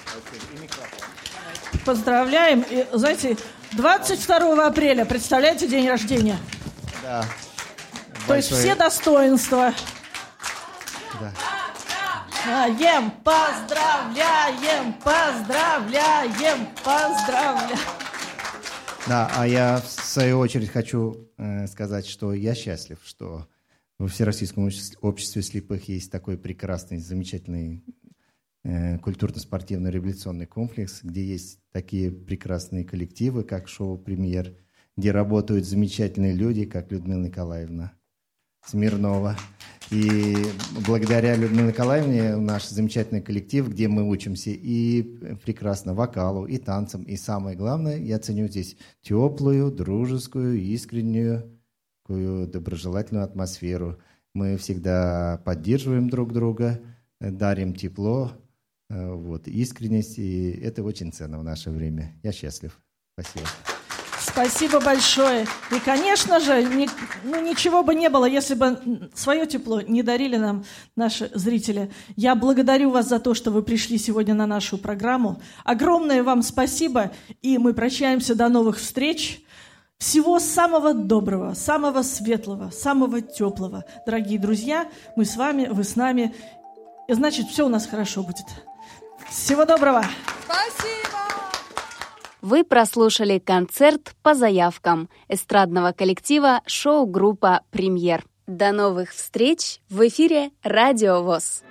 Поздравляем. И, знаете, двадцать второго апреля, представляете, день рождения? Да. То есть все достоинства. Да. Поздравляем, поздравляем, поздравляем, поздравляем. Да, а я в свою очередь хочу э, сказать, что я счастлив, что во Всероссийском обществе слепых есть такой прекрасный, замечательный э, культурно-спортивно-революционный комплекс, где есть такие прекрасные коллективы, как шоу «Премьер», где работают замечательные люди, как Людмила Николаевна Смирнова. И благодаря Людмиле Николаевне наш замечательный коллектив, где мы учимся и прекрасно вокалу, и танцам, и самое главное, я ценю здесь теплую, дружескую, искреннюю такую доброжелательную атмосферу. Мы всегда поддерживаем друг друга, дарим тепло, вот, искренность, и это очень ценно в наше время. Я счастлив. Спасибо. Спасибо большое. И, конечно же, ни, ну, ничего бы не было, если бы свое тепло не дарили нам наши зрители. Я благодарю вас за то, что вы пришли сегодня на нашу программу. Огромное вам спасибо, и мы прощаемся до новых встреч. Всего самого доброго, самого светлого, самого теплого. Дорогие друзья, мы с вами, вы с нами. И значит, все у нас хорошо будет. Всего доброго. Спасибо. Вы прослушали концерт по заявкам эстрадного коллектива шоу-группа «Премьер». До новых встреч в эфире Радио ВОС.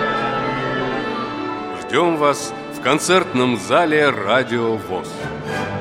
Ждем вас в концертном зале Радио ВОС.